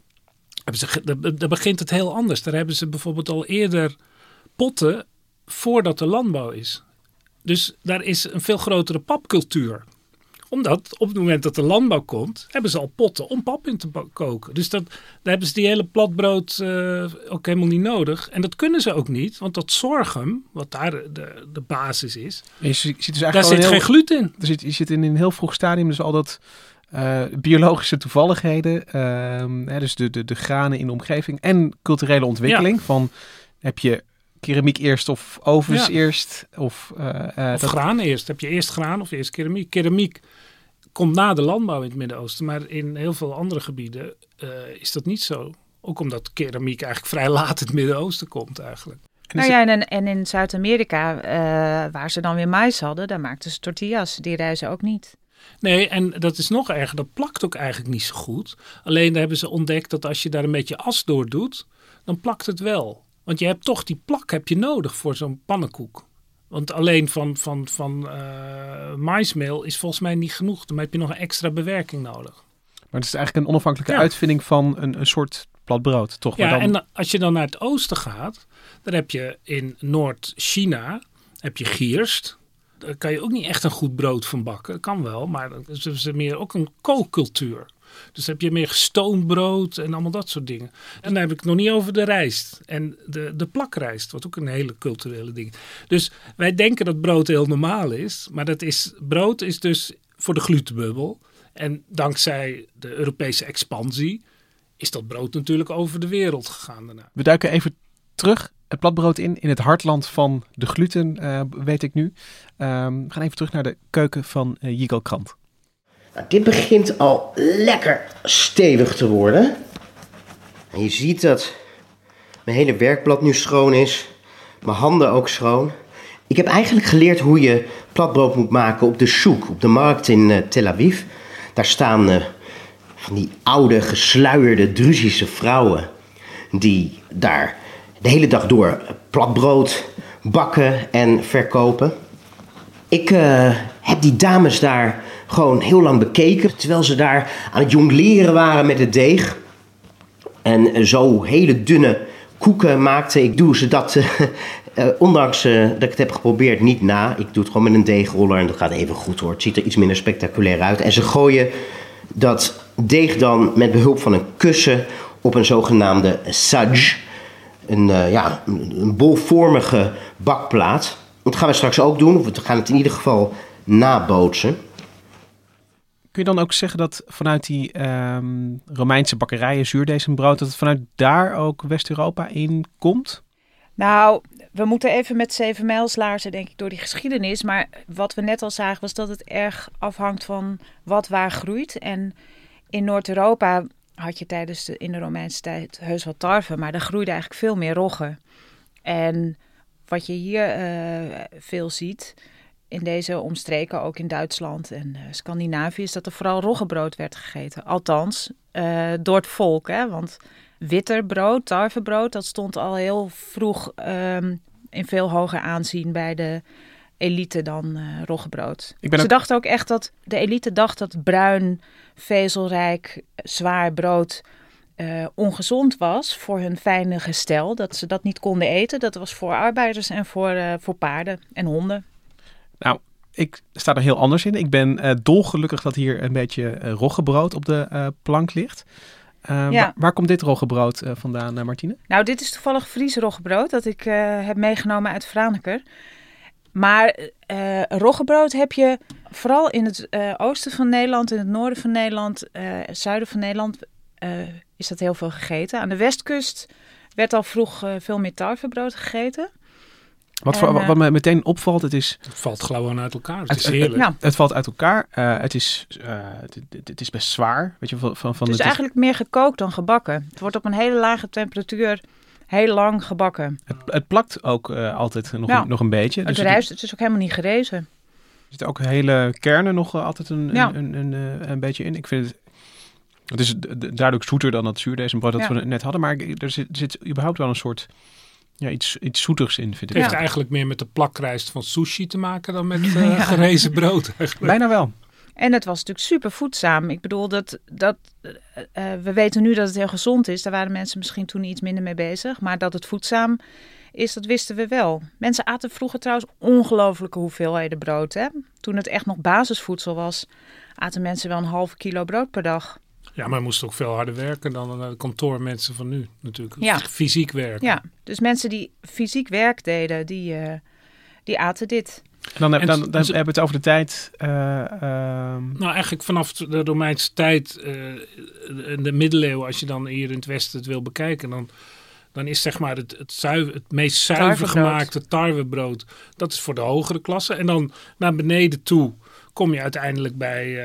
daar begint het heel anders. Daar hebben ze bijvoorbeeld al eerder potten voordat er landbouw is. Dus daar is een veel grotere papcultuur. Omdat op het moment dat de landbouw komt, hebben ze al potten om pap in te koken. Dus daar hebben ze die hele platbrood ook helemaal niet nodig. En dat kunnen ze ook niet, want dat sorghum, wat daar de basis is, je ziet dus daar zit geen gluten in. Je zit in een heel vroeg stadium, dus al dat biologische toevalligheden, dus de granen in de omgeving en culturele ontwikkeling. Ja. Van heb je keramiek eerst of ovens eerst? Of graan eerst. Heb je eerst graan of eerst keramiek? Keramiek komt na de landbouw in het Midden-Oosten. Maar in heel veel andere gebieden is dat niet zo. Ook omdat keramiek eigenlijk vrij laat in het Midden-Oosten komt eigenlijk. En in Zuid-Amerika, waar ze dan weer mais hadden, daar maakten ze tortillas. Die rijzen ook niet. Nee, en dat is nog erger. Dat plakt ook eigenlijk niet zo goed. Alleen daar hebben ze ontdekt dat als je daar een beetje as door doet, dan plakt het wel. Want je hebt toch die plak heb je nodig voor zo'n pannenkoek. Want alleen van maismeel is volgens mij niet genoeg. Dan heb je nog een extra bewerking nodig. Maar het is eigenlijk een onafhankelijke uitvinding van een soort plat brood, toch? Ja, maar dan... en als je dan naar het oosten gaat, dan heb je in Noord-China heb je gierst. Daar kan je ook niet echt een goed brood van bakken. Dat kan wel, maar dat is meer ook een kookcultuur. Dus dan heb je meer gestoomd brood en allemaal dat soort dingen. En dan heb ik het nog niet over de rijst. En de plakrijst, wat ook een hele culturele ding. Dus wij denken dat brood heel normaal is. Maar brood is dus voor de glutenbubbel. En dankzij de Europese expansie is dat brood natuurlijk over de wereld gegaan daarna. We duiken even terug het platbrood in het hartland van de gluten, weet ik nu. We gaan even terug naar de keuken van Yigal Krant. Nou, dit begint al lekker stevig te worden. En je ziet dat mijn hele werkblad nu schoon is. Mijn handen ook schoon. Ik heb eigenlijk geleerd hoe je platbrood moet maken op de souk, op de markt in Tel Aviv. Daar staan van die oude, gesluierde Druzische vrouwen. die daar de hele dag door platbrood bakken en verkopen. Ik heb die dames daar gewoon heel lang bekeken, terwijl ze daar aan het jongleren waren met het deeg. En zo hele dunne koeken maakten. Ik doe ze dat, ondanks dat ik het heb geprobeerd, niet na. Ik doe het gewoon met een deegroller en dat gaat even goed hoor. Het ziet er iets minder spectaculair uit. En ze gooien dat deeg dan met behulp van een kussen op een zogenaamde sage. Een bolvormige bakplaat. Dat gaan we straks ook doen. Of we gaan het in ieder geval nabootsen. Kun je dan ook zeggen dat vanuit die Romeinse bakkerijen, zuurdezenbrood, dat het vanuit daar ook West-Europa in komt? Nou, we moeten even met 7 mijlslaarzen denk ik door die geschiedenis. Maar wat we net al zagen was dat het erg afhangt van wat waar groeit. En in Noord-Europa had je in de Romeinse tijd heus wat tarwe, maar daar groeide eigenlijk veel meer rogge. En wat je hier veel ziet in deze omstreken, ook in Duitsland en Scandinavië, is dat er vooral roggebrood werd gegeten. Althans, door het volk. Hè? Want witterbrood, tarwebrood, dat stond al heel vroeg in veel hoger aanzien bij de elite dan roggebrood. Ze dachten ook echt dat de elite dacht dat bruin, vezelrijk, zwaar brood ongezond was voor hun fijne gestel. Dat ze dat niet konden eten. Dat was voor arbeiders en voor paarden en honden. Nou, ik sta er heel anders in. Ik ben dolgelukkig dat hier een beetje roggebrood op de plank ligt. Waar komt dit roggebrood vandaan, Martine? Nou, dit is toevallig Fries roggebrood dat ik heb meegenomen uit Franeker. Maar roggebrood heb je vooral in het oosten van Nederland, in het noorden van Nederland, zuiden van Nederland is dat heel veel gegeten. Aan de westkust werd al vroeg veel meer tarwebrood gegeten. Wat me meteen opvalt, het valt gewoon uit elkaar. Het is heerlijk. Het valt uit elkaar. Het is best zwaar. Weet je, het is eigenlijk meer gekookt dan gebakken. Het wordt op een hele lage temperatuur heel lang gebakken. Het plakt ook altijd nog een beetje. Het rijst, het is ook helemaal niet gerezen. Er zitten ook hele kernen nog altijd een beetje in. Ik vind het is duidelijk zoeter dan dat zuurdezenbrood dat we net hadden. Maar er zit überhaupt wel een soort iets zoeters in, vind ik. Het heeft eigenlijk meer met de plakrijst van sushi te maken dan met gerezen brood. Eigenlijk. Bijna wel. En het was natuurlijk super voedzaam. Ik bedoel, we weten nu dat het heel gezond is. Daar waren mensen misschien toen iets minder mee bezig. Maar dat het voedzaam is, dat wisten we wel. Mensen aten vroeger trouwens ongelooflijke hoeveelheden brood. Hè? Toen het echt nog basisvoedsel was, aten mensen wel 1,5 kilo brood per dag. Ja, maar moesten ook veel harder werken dan de kantoormensen van nu natuurlijk. Ja. Fysiek werken. Ja, dus mensen die fysiek werk deden, die aten dit. En dan hebben we het over de tijd. Nou, eigenlijk vanaf de Romeinse tijd, de middeleeuwen, als je dan hier in het Westen het wil bekijken, dan is zeg maar het meest zuiver gemaakte tarwebrood, dat is voor de hogere klasse. En dan naar beneden toe kom je uiteindelijk bij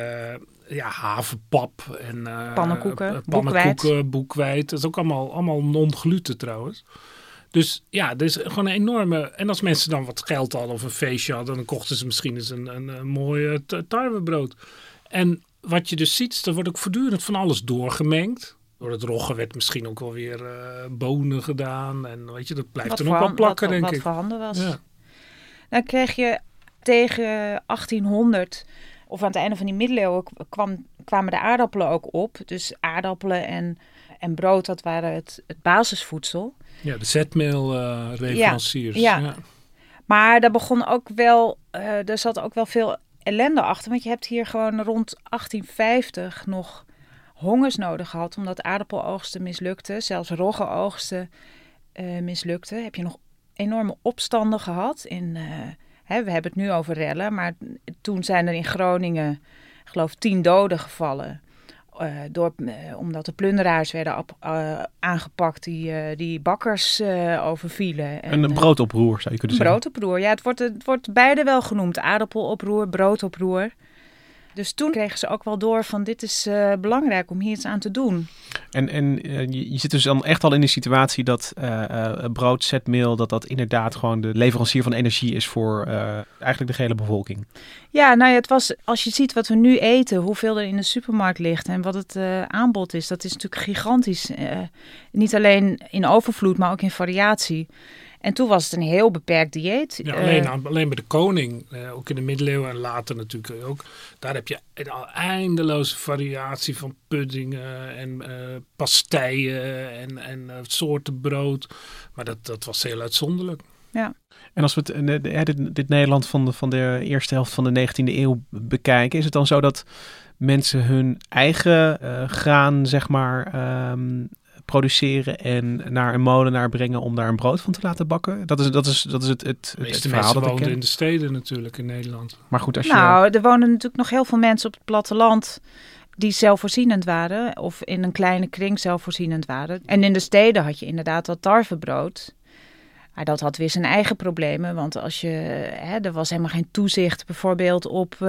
havenpap en pannenkoeken, boekweit. Dat is ook allemaal non-gluten trouwens. Dus ja, er is gewoon een enorme... En als mensen dan wat geld hadden of een feestje hadden, dan kochten ze misschien eens een mooie tarwebrood. En wat je dus ziet, er wordt ook voortdurend van alles doorgemengd. Door het rogge werd misschien ook wel weer bonen gedaan. En weet je, dat blijft er nog wel plakken, denk ik. Wat voorhanden was. Ja. Dan kreeg je tegen 1800... Of aan het einde van die middeleeuwen kwamen de aardappelen ook op. Dus aardappelen en brood, dat waren het basisvoedsel. Ja, de zetmeelleveranciers. Ja. Maar daar begon ook wel, er zat ook wel veel ellende achter. Want je hebt hier gewoon rond 1850 nog hongersnoden gehad. Omdat aardappeloogsten mislukten. Zelfs roggeoogsten mislukten. Heb je nog enorme opstanden gehad in... we hebben het nu over rellen, maar toen zijn er in Groningen, ik geloof 10 doden gevallen. Omdat de plunderaars werden aangepakt die bakkers overvielen. En, een broodoproer zou je kunnen zeggen. Broodoproer, ja. Het wordt beide wel genoemd. Aardappeloproer, broodoproer. Dus toen kregen ze ook wel door van dit is belangrijk om hier iets aan te doen. En je zit dus dan echt al in de situatie dat brood, zetmeel, dat inderdaad gewoon de leverancier van energie is voor eigenlijk de hele bevolking. Ja, nou ja, het was, als je ziet wat we nu eten, hoeveel er in de supermarkt ligt en wat het aanbod is, dat is natuurlijk gigantisch. Niet alleen in overvloed, maar ook in variatie. En toen was het een heel beperkt dieet. Ja, alleen bij de koning, ook in de middeleeuwen en later natuurlijk ook. Daar heb je een eindeloze variatie van puddingen en pasteien en soorten brood. Maar dat was heel uitzonderlijk. Ja. En als we dit Nederland van de eerste helft van de 19e eeuw bekijken, is het dan zo dat mensen hun eigen graan, zeg maar, produceren en naar een molenaar brengen om daar een brood van te laten bakken? Dat is het verhaal dat ik ken. In de steden natuurlijk in Nederland. Maar goed, als je... Nou, er wonen natuurlijk nog heel veel mensen op het platteland die zelfvoorzienend waren of in een kleine kring zelfvoorzienend waren. En in de steden had je inderdaad dat tarwebrood. Maar dat had weer zijn eigen problemen, want er was helemaal geen toezicht bijvoorbeeld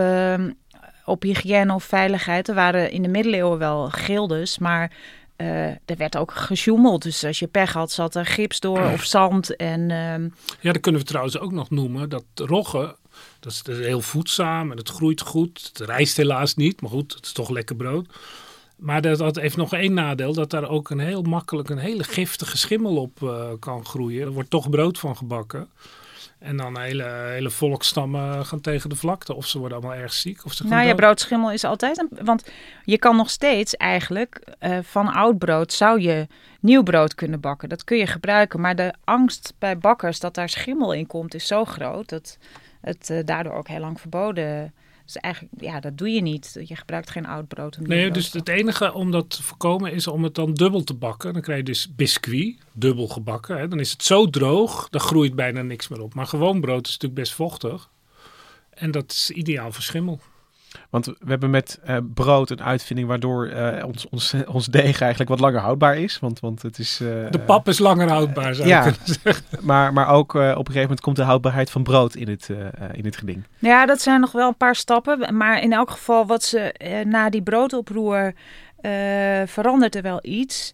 op hygiëne of veiligheid. Er waren in de middeleeuwen wel gildes, maar er werd ook gesjoemeld. Dus als je pech had, zat er gips door of zand. Ja, dat kunnen we trouwens ook nog noemen. Dat rogge, dat is heel voedzaam en het groeit goed. Het rijst helaas niet, maar goed, het is toch lekker brood. Maar dat heeft nog één nadeel, dat daar ook een hele giftige schimmel op kan groeien. Er wordt toch brood van gebakken. En dan hele volkstammen gaan tegen de vlakte. Of ze worden allemaal erg ziek. Of ze gaan dood. Broodschimmel is altijd... Want je kan nog steeds eigenlijk van oud brood zou je nieuw brood kunnen bakken. Dat kun je gebruiken. Maar de angst bij bakkers dat daar schimmel in komt is zo groot dat het daardoor ook heel lang verboden. Dus eigenlijk, dat doe je niet. Je gebruikt geen oud brood. Dus het enige om dat te voorkomen is om het dan dubbel te bakken. Dan krijg je dus biscuit, dubbel gebakken. Hè. Dan is het zo droog, dan groeit bijna niks meer op. Maar gewoon brood is natuurlijk best vochtig. En dat is ideaal voor schimmel. Want we hebben met brood een uitvinding waardoor ons deeg eigenlijk wat langer houdbaar is. Want het is... de pap is langer houdbaar, zou je kunnen zeggen. Maar ook op een gegeven moment komt de houdbaarheid van brood in het geding. Ja, dat zijn nog wel een paar stappen. Maar in elk geval, wat ze na die broodoproer verandert er wel iets.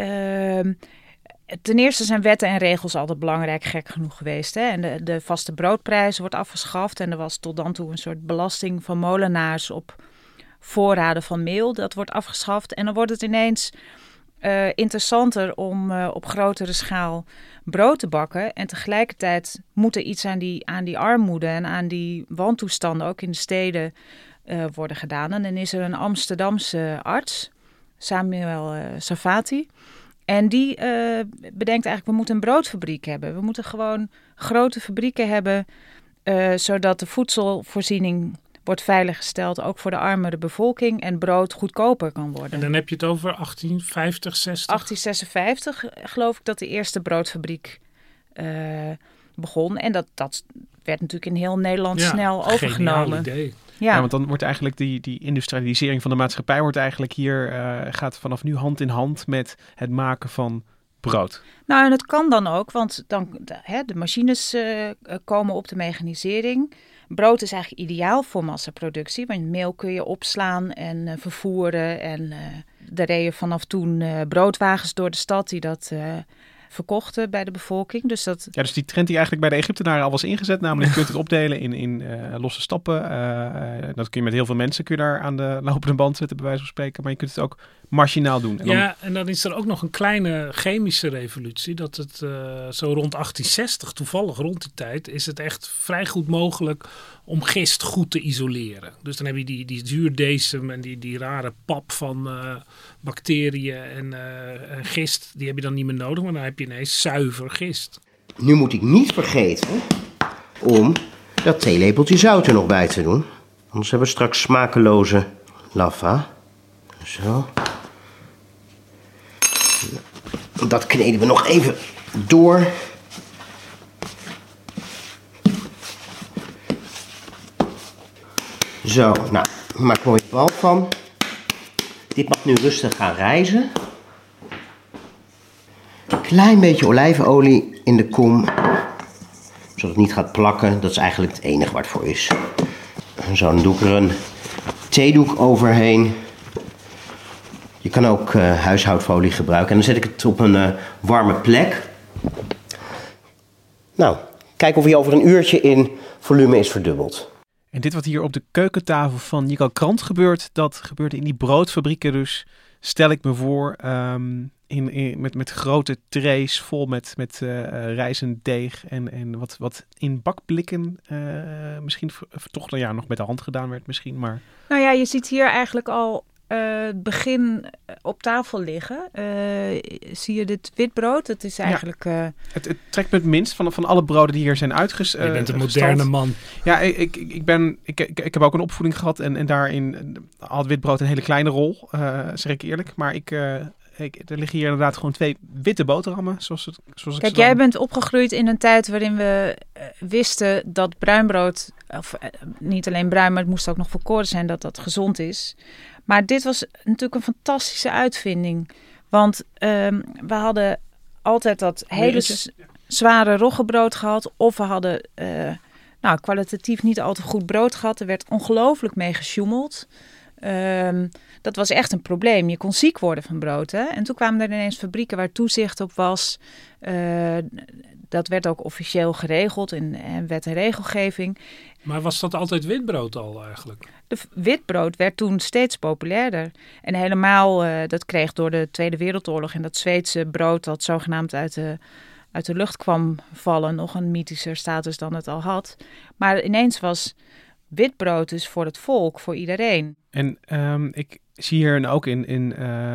Ten eerste zijn wetten en regels altijd belangrijk, gek genoeg geweest. Hè? En de vaste broodprijs wordt afgeschaft. En er was tot dan toe een soort belasting van molenaars op voorraden van meel. Dat wordt afgeschaft. En dan wordt het ineens interessanter om op grotere schaal brood te bakken. En tegelijkertijd moet er iets aan die armoede en aan die wantoestanden, ook in de steden, worden gedaan. En dan is er een Amsterdamse arts, Samuel Sarfati. En die bedenkt eigenlijk, we moeten een broodfabriek hebben. We moeten gewoon grote fabrieken hebben, zodat de voedselvoorziening wordt veiliggesteld, ook voor de armere bevolking, en brood goedkoper kan worden. En dan heb je het over 1850, 60? 1856 geloof ik dat de eerste broodfabriek begon. En dat werd natuurlijk in heel Nederland snel overgenomen. Idee. Ja, want dan wordt eigenlijk die industrialisering van de maatschappij wordt eigenlijk hier gaat vanaf nu hand in hand met het maken van brood. Nou, en het kan dan ook, want dan de machines komen op de mechanisering. Brood is eigenlijk ideaal voor massaproductie, want meel kun je opslaan en vervoeren. En er reden vanaf toen broodwagens door de stad die dat verkochten bij de bevolking. Dus die trend die eigenlijk bij de Egyptenaren al was ingezet, namelijk je kunt het opdelen in losse stappen. Dat kun je met heel veel mensen daar aan de lopende band zetten, bij wijze van spreken. Maar je kunt het ook machinaal doen. En dan is er ook nog een kleine chemische revolutie. Dat het zo rond 1860, toevallig rond die tijd, is het echt vrij goed mogelijk om gist goed te isoleren. Dus dan heb je die zuurdesem en die rare pap van bacteriën en gist. Die heb je dan niet meer nodig, maar dan heb je ineens zuiver gist. Nu moet ik niet vergeten om dat theelepeltje zout er nog bij te doen. Anders hebben we straks smakeloze laffa. Zo. Dat kneden we nog even door. Zo, nou, hier maak ik mooi bal van. Dit mag nu rustig gaan rijzen. Een klein beetje olijfolie in de kom, zodat het niet gaat plakken. Dat is eigenlijk het enige waar het voor is. Zo, dan doe ik er een theedoek overheen. Je kan ook huishoudfolie gebruiken. En dan zet ik het op een warme plek. Nou, kijk of hij over een uurtje in volume is verdubbeld. En dit wat hier op de keukentafel van Yigal Krant gebeurt, dat gebeurde in die broodfabrieken dus, stel ik me voor, met grote trays vol met rijst en deeg en wat in bakblikken misschien toch nog met de hand gedaan werd misschien, maar... Nou ja, je ziet hier eigenlijk al het begin op tafel liggen. Zie je dit witbrood? Het is eigenlijk... Het trekt me het minst van alle broden die hier zijn uitgestald. Je bent een moderne man. Ja, ik heb ook een opvoeding gehad en daarin had witbrood een hele kleine rol, zeg ik eerlijk. Maar er liggen hier inderdaad gewoon 2 witte boterhammen. Kijk, jij bent opgegroeid in een tijd waarin we wisten dat bruinbrood, of niet alleen bruin, maar het moest ook nog volkoren zijn, dat gezond is. Maar dit was natuurlijk een fantastische uitvinding. Want we hadden altijd dat hele zware roggebrood gehad. Of we hadden kwalitatief niet al te goed brood gehad. Er werd ongelooflijk mee gesjoemeld. Dat was echt een probleem. Je kon ziek worden van brood. Hè? En toen kwamen er ineens fabrieken waar toezicht op was. Dat werd ook officieel geregeld in wet en regelgeving. Maar was dat altijd witbrood al eigenlijk? De witbrood werd toen steeds populairder. En helemaal, dat kreeg door de Tweede Wereldoorlog en dat Zweedse brood dat zogenaamd uit de lucht kwam vallen, nog een mythischer status dan het al had. Maar ineens was witbrood dus voor het volk, voor iedereen. En ik zie hier ook in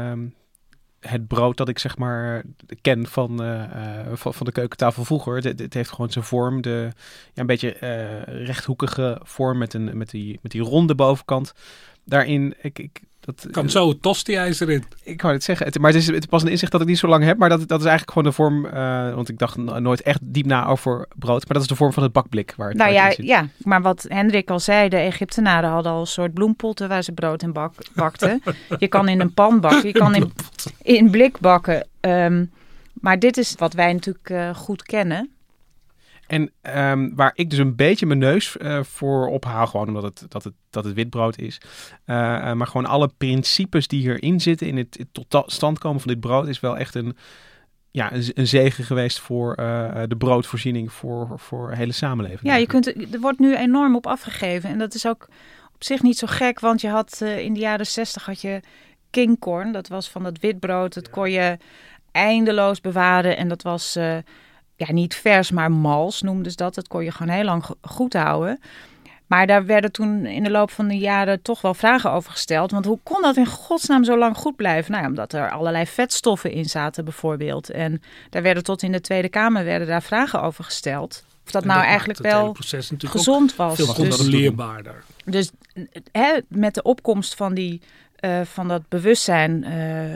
het brood dat ik zeg maar ken van de keukentafel vroeger. Het heeft gewoon zijn vorm, een beetje rechthoekige vorm met die ronde bovenkant. Daarin, dat kan zo het tosti-ijzer in. Ik wou het zeggen, maar het is pas een inzicht dat ik niet zo lang heb, maar dat is eigenlijk gewoon de vorm, want ik dacht nooit echt diep na over brood, maar dat is de vorm van het bakblik waar het in zit. Ja, maar wat Hendrik al zei, de Egyptenaren hadden al een soort bloempotten waar ze brood in bakten. Je kan in een pan bakken, je kan in blik bakken, maar dit is wat wij natuurlijk goed kennen. En waar ik dus een beetje mijn neus voor ophaal, gewoon omdat het witbrood is. Maar gewoon alle principes die hierin zitten, in het tot stand komen van dit brood, is wel echt een zegen geweest voor de broodvoorziening voor de hele samenleving. Ja, er wordt nu enorm op afgegeven. En dat is ook op zich niet zo gek, want je had in de jaren 60 had je kingcorn. Dat was van dat witbrood. Dat kon je eindeloos bewaren en dat was... niet vers, maar mals noemden ze dat. Dat kon je gewoon heel lang goed houden. Maar daar werden toen in de loop van de jaren toch wel vragen over gesteld. Want hoe kon dat in godsnaam zo lang goed blijven? Nou ja, omdat er allerlei vetstoffen in zaten bijvoorbeeld. En daar werden tot in de Tweede Kamer daar vragen over gesteld. Of dat nou eigenlijk wel gezond was. Veel controleerbaarder. Dus met de opkomst van dat bewustzijn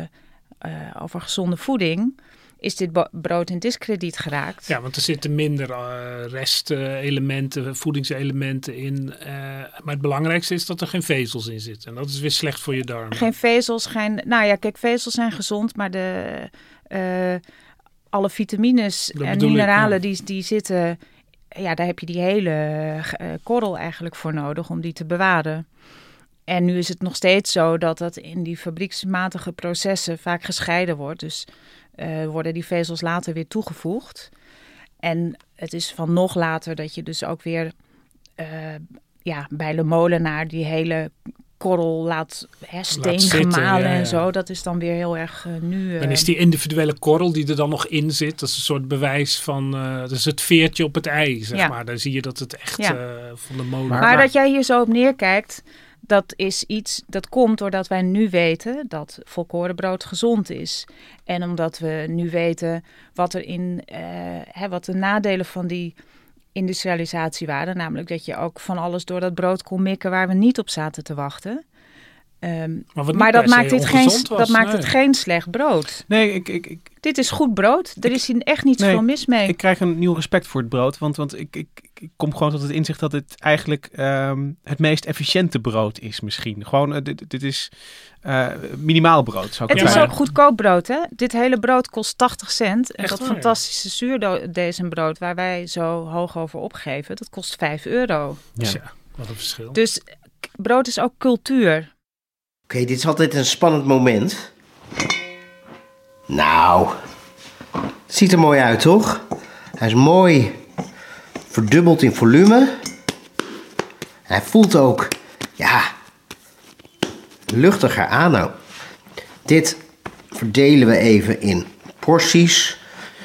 over gezonde voeding... is dit brood in diskrediet geraakt. Ja, want er zitten minder restelementen, voedingselementen in. Maar het belangrijkste is dat er geen vezels in zitten. En dat is weer slecht voor je darmen. Geen vezels, vezels zijn gezond, maar alle vitamines en mineralen die zitten... Ja, daar heb je die hele korrel eigenlijk voor nodig om die te bewaren. En nu is het nog steeds zo dat in die fabrieksmatige processen vaak gescheiden wordt. Dus... worden die vezels later weer toegevoegd. En het is van nog later dat je dus ook weer bij de molenaar die hele korrel laat gemalen en zo. Dat is dan weer heel erg nu... En is die individuele korrel die er dan nog in zit, dat is een soort bewijs van... dat is het veertje op het ei, zeg maar. Daar zie je dat het echt van de molen... Maar dat jij hier zo op neerkijkt... Dat is iets dat komt doordat wij nu weten dat volkoren brood gezond is. En omdat we nu weten wat wat de nadelen van die industrialisatie waren. Namelijk dat je ook van alles door dat brood kon mikken waar we niet op zaten te wachten. Maar dat maakt het geen slecht brood. Nee, dit is goed brood. Er is hier echt niet veel mis mee. Ik krijg een nieuw respect voor het brood. Want ik kom gewoon tot het inzicht dat het eigenlijk het meest efficiënte brood is misschien. Gewoon, dit is minimaal brood. Het is ook goedkoop brood, hè? Dit hele brood kost 80 cent. En dat fantastische zuurdezenbrood waar wij zo hoog over opgeven, dat kost €5. Ja, wat een verschil. Dus brood is ook cultuur. Oké, dit is altijd een spannend moment. Nou, het ziet er mooi uit, toch? Hij is mooi verdubbeld in volume. Hij voelt ook, luchtiger aan. Nou, dit verdelen we even in porties.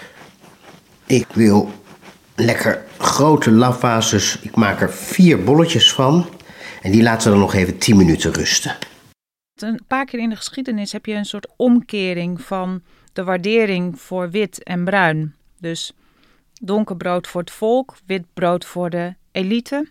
Ik wil lekker grote lava's, dus ik maak er 4 bolletjes van. En die laten we dan nog even 10 minuten rusten. Een paar keer in de geschiedenis heb je een soort omkering van de waardering voor wit en bruin. Dus donker brood voor het volk, wit brood voor de elite.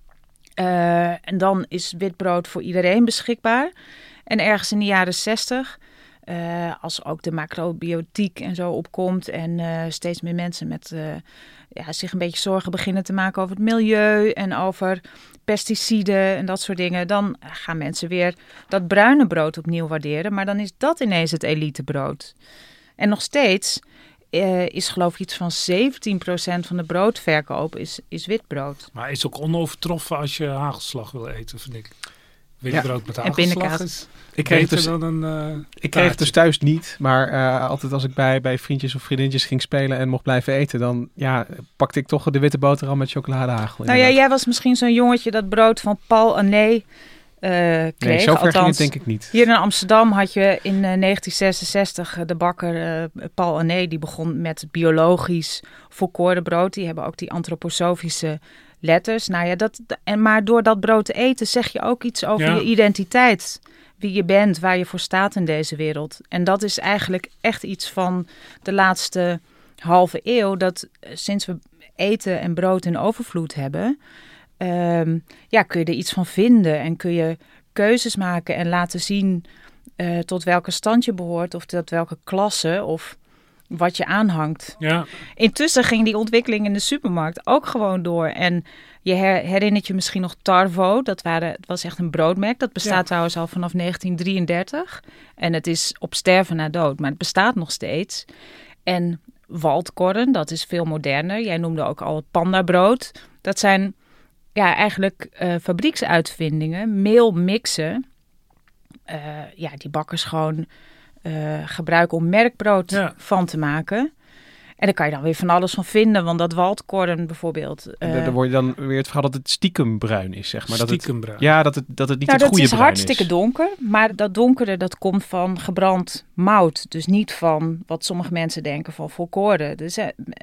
En dan is wit brood voor iedereen beschikbaar. En ergens in de jaren 60, als ook de macrobiotiek en zo opkomt en steeds meer mensen met zich een beetje zorgen beginnen te maken over het milieu en over pesticiden en dat soort dingen, dan gaan mensen weer dat bruine brood opnieuw waarderen. Maar dan is dat ineens het elitebrood. En nog steeds is geloof ik iets van 17% van de broodverkoop is witbrood. Maar is ook onovertroffen als je hagelslag wil eten, vind ik. Witbrood met en hagelslag pindakaas. is Ik kreeg beter dan een Ik kreeg het dus thuis niet, maar altijd als ik bij vriendjes of vriendinnetjes ging spelen en mocht blijven eten, dan pakte ik toch de witte boterham met chocoladehagel. Nou ja, jij was misschien zo'n jongetje dat brood van Paul Ané kreeg. Nee, zo ver ging het denk ik niet. Hier in Amsterdam had je in 1966 de bakker Paul Ané, die begon met biologisch volkoren brood. Die hebben ook die antroposofische letters. Nou ja, maar door dat brood te eten zeg je ook iets over je identiteit. Wie je bent, waar je voor staat in deze wereld. En dat is eigenlijk echt iets van de laatste halve eeuw. Dat sinds we eten en brood in overvloed hebben, kun je er iets van vinden. En kun je keuzes maken en laten zien tot welke stand je behoort. Of tot welke klasse of wat je aanhangt. Ja. Intussen ging die ontwikkeling in de supermarkt ook gewoon door. En je herinnert je misschien nog Tarvo. Het was echt een broodmerk. Dat bestaat trouwens al vanaf 1933. En het is op sterven na dood. Maar het bestaat nog steeds. En Waldkorn, dat is veel moderner. Jij noemde ook al het pandabrood. Dat zijn eigenlijk fabrieksuitvindingen. Meel mixen. Die bakkers gewoon gebruiken om merkbrood van te maken. En daar kan je dan weer van alles van vinden. Want dat Waldkorn bijvoorbeeld. Dan word je dan weer het verhaal dat het stiekem bruin is, zeg maar. Stiekem bruin. Dat het niet het goede bruin is. Dat is hartstikke donker. Maar dat donkere, dat komt van gebrand mout. Dus niet van wat sommige mensen denken van volkoren. Dus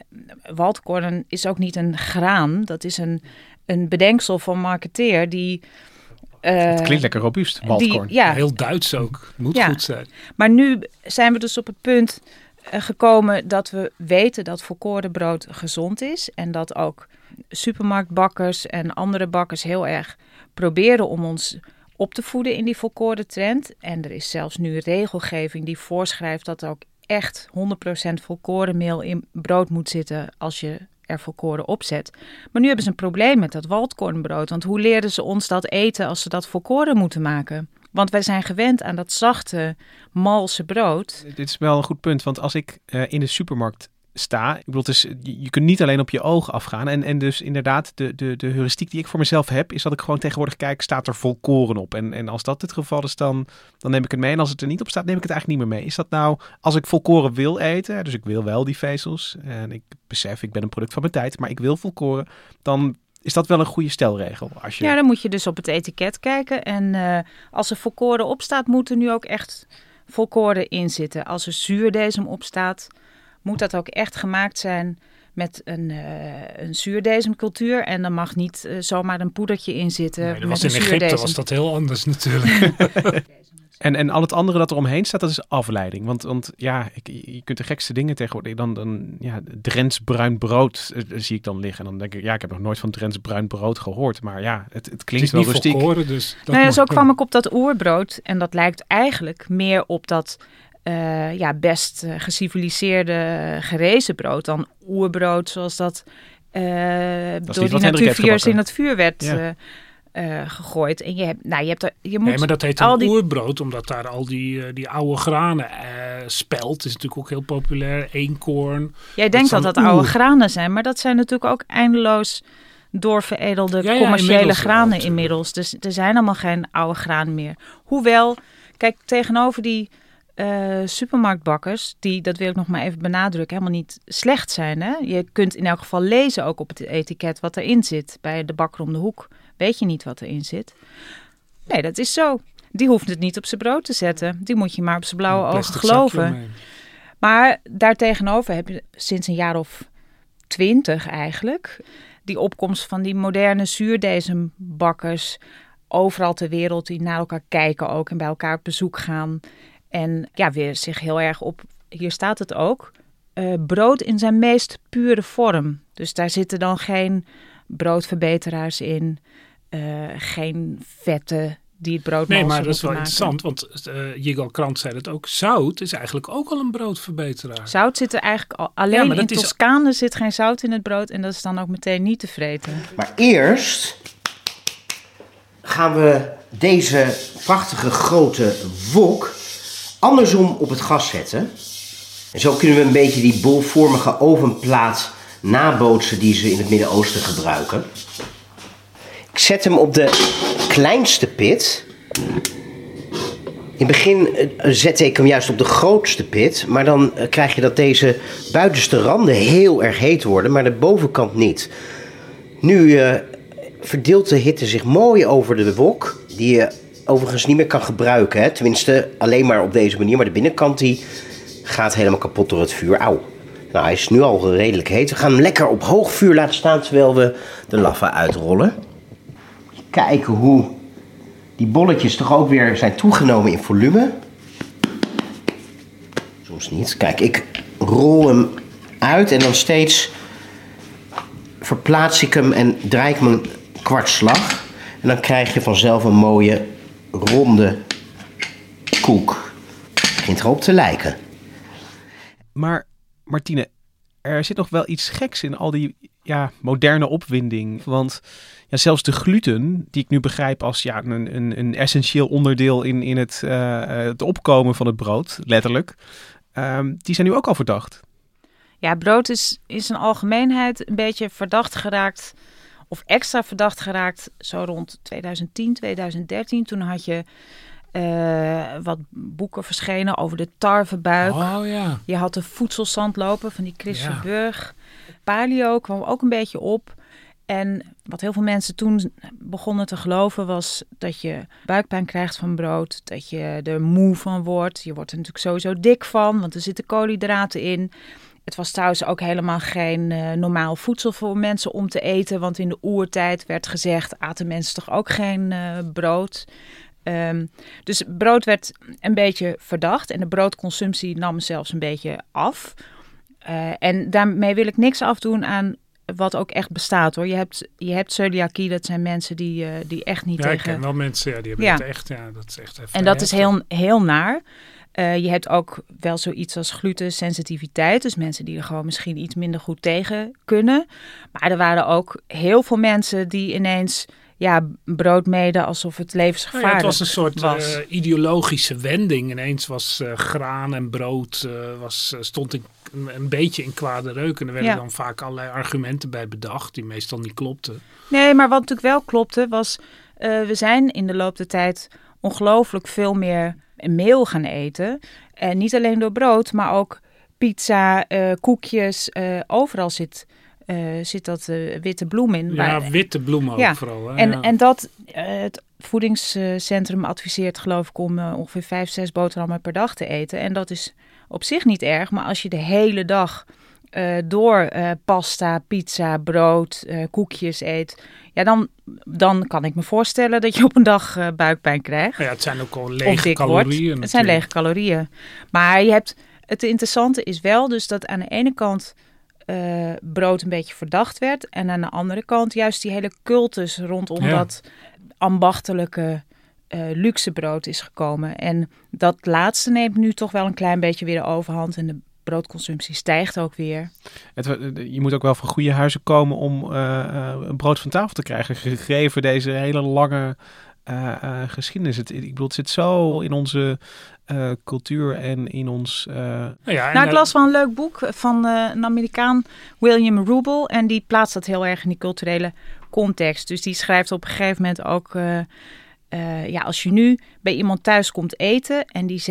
Waldkorn is ook niet een graan. Dat is een bedenksel van marketeer die... het klinkt lekker robuust, Waldkorn. Heel Duits ook. Moet goed zijn. Maar nu zijn we dus op het punt gekomen dat we weten dat volkoren brood gezond is. En dat ook supermarktbakkers en andere bakkers heel erg proberen om ons op te voeden in die volkoren trend. En er is zelfs nu regelgeving die voorschrijft dat er ook echt 100% volkorenmeel in brood moet zitten als je er volkoren opzet. Maar nu hebben ze een probleem met dat Waldkornbrood. Want hoe leerden ze ons dat eten als ze dat volkoren moeten maken? Want wij zijn gewend aan dat zachte, malse brood. Dit is wel een goed punt, want als ik in de supermarkt sta, ik bedoel, je kunt niet alleen op je ogen afgaan. En dus inderdaad, de heuristiek die ik voor mezelf heb, is dat ik gewoon tegenwoordig kijk, staat er volkoren op. En als dat het geval is, dan neem ik het mee. En als het er niet op staat, neem ik het eigenlijk niet meer mee. Is dat nou, als ik volkoren wil eten, dus ik wil wel die vezels, en ik besef, ik ben een product van mijn tijd, maar ik wil volkoren, dan is dat wel een goede stelregel. Ja, dan moet je dus op het etiket kijken. En als er volkoren op staat, moet er nu ook echt volkoren in zitten. Als er zuurdesem op staat, moet dat ook echt gemaakt zijn met een zuurdesemcultuur. En dan mag niet zomaar een poedertje in zitten. Nee, dat met was een in Egypte zuurdesem. was dat heel anders natuurlijk. En al het andere dat er omheen staat, dat is afleiding. Want je kunt de gekste dingen tegenwoordig. Dan Drents bruin brood zie ik dan liggen. En dan denk ik, ik heb nog nooit van Drents bruin brood gehoord. Maar het klinkt wel rustiek. Volkoren, dus Zo kwam ik op dat oerbrood. En dat lijkt eigenlijk meer op dat best geciviliseerde gerezen brood dan oerbrood, zoals dat door die natuurviers in het vuur werd gegooid. En je moet maar dat heet dan oerbrood, omdat daar al die oude granen spelt. Is natuurlijk ook heel populair. Eenkorn. Jij denkt dat oude granen zijn, maar dat zijn natuurlijk ook eindeloos doorveredelde commerciële granen inmiddels. Dus er zijn allemaal geen oude granen meer. Hoewel, kijk, tegenover die supermarktbakkers, die, dat wil ik nog maar even benadrukken, helemaal niet slecht zijn. Hè? Je kunt in elk geval lezen ook op het etiket wat erin zit. Bij de bakker om de hoek weet je niet wat erin zit. Nee, dat is zo. Die hoeft het niet op zijn brood te zetten. Die moet je maar op zijn blauwe ogen geloven. Maar daartegenover heb je sinds een jaar of 20 eigenlijk die opkomst van die moderne zuurdesembakkers overal ter wereld die naar elkaar kijken ook en bij elkaar op bezoek gaan. En ja, weer zich heel erg op, hier staat het ook, brood in zijn meest pure vorm. Dus daar zitten dan geen broodverbeteraars in, geen vetten die het brood Nee, maar dat is wel maken. interessant, want Yigal Krant zei dat ook. Zout is eigenlijk ook al een broodverbeteraar. Zout zit er eigenlijk al, alleen in Toscane zit geen zout in het brood en dat is dan ook meteen niet te vreten. Maar eerst gaan we deze prachtige grote wok andersom op het gas zetten. En zo kunnen we een beetje die bolvormige ovenplaat nabootsen die ze in het Midden-Oosten gebruiken. Ik zet hem op de kleinste pit. In het begin zette ik hem juist op de grootste pit. Maar dan krijg je dat deze buitenste randen heel erg heet worden, maar de bovenkant niet. Nu verdeelt de hitte zich mooi over de wok, die je overigens niet meer kan gebruiken. Hè? Tenminste, alleen maar op deze manier. Maar de binnenkant die gaat helemaal kapot door het vuur. Auw. Nou, hij is nu al redelijk heet. We gaan hem lekker op hoog vuur laten staan terwijl we de laffa uitrollen. Kijken hoe die bolletjes toch ook weer zijn toegenomen in volume. Soms niet. Kijk, ik rol hem uit en dan steeds verplaats ik hem en draai ik hem een kwartslag. En dan krijg je vanzelf een mooie ronde koek. Het begint erop te lijken. Maar Martine, er zit nog wel iets geks in al die moderne opwinding. Want zelfs de gluten, die ik nu begrijp als een essentieel onderdeel in het opkomen van het brood, letterlijk, die zijn nu ook al verdacht. Ja, brood is in algemeenheid een beetje verdacht geraakt, of extra verdacht geraakt, zo rond 2010, 2013. Toen had je wat boeken verschenen over de tarwebuik. Oh ja. Je had de voedselzandloper van die Chris Verburg. Paleo kwam ook een beetje op. En wat heel veel mensen toen begonnen te geloven was dat je buikpijn krijgt van brood. Dat je er moe van wordt. Je wordt er natuurlijk sowieso dik van, want er zitten koolhydraten in. Het was trouwens ook helemaal geen normaal voedsel voor mensen om te eten. Want in de oertijd werd gezegd, aten mensen toch ook geen brood. Dus brood werd een beetje verdacht en de broodconsumptie nam zelfs een beetje af. En daarmee wil ik niks afdoen aan wat ook echt bestaat, hoor. Je hebt celiakie, dat zijn mensen die echt niet tegen... Ja, ik ken wel mensen, die hebben het echt, dat is echt even. En dat is heel naar. Je hebt ook wel zoiets als glutensensitiviteit. Dus mensen die er gewoon misschien iets minder goed tegen kunnen. Maar er waren ook heel veel mensen die ineens brood meden alsof het levensgevaarlijk was. Het was een soort ideologische wending. Ineens was graan en brood stond een beetje in kwade reuk. En er werden dan vaak allerlei argumenten bij bedacht die meestal niet klopten. Nee, maar wat natuurlijk wel klopte was, we zijn in de loop der tijd ongelooflijk veel meer meel gaan eten. En niet alleen door brood, maar ook pizza, koekjes. Overal zit dat witte bloem in. Ja, witte bloem ook vooral. Hè? En dat het voedingscentrum adviseert geloof ik om ongeveer 5-6 boterhammen per dag te eten. En dat is op zich niet erg, maar als je de hele dag door pasta, pizza, brood, koekjes eet, dan kan ik me voorstellen dat je op een dag buikpijn krijgt. Ja, het zijn ook al lege calorieën. Het zijn lege calorieën. Maar het interessante is wel dus dat aan de ene kant brood een beetje verdacht werd. En aan de andere kant juist die hele cultus rondom dat ambachtelijke luxe brood is gekomen. En dat laatste neemt nu toch wel een klein beetje weer de overhand. En de broodconsumptie stijgt ook weer. Je moet ook wel van goede huizen komen om een brood van tafel te krijgen. Gegeven deze hele lange geschiedenis. Ik bedoel, het zit zo in onze cultuur en in ons... ik las wel een leuk boek van een Amerikaan, William Rubel. En die plaatst dat heel erg in die culturele context. Dus die schrijft op een gegeven moment ook... als je nu bij iemand thuis komt eten en die zet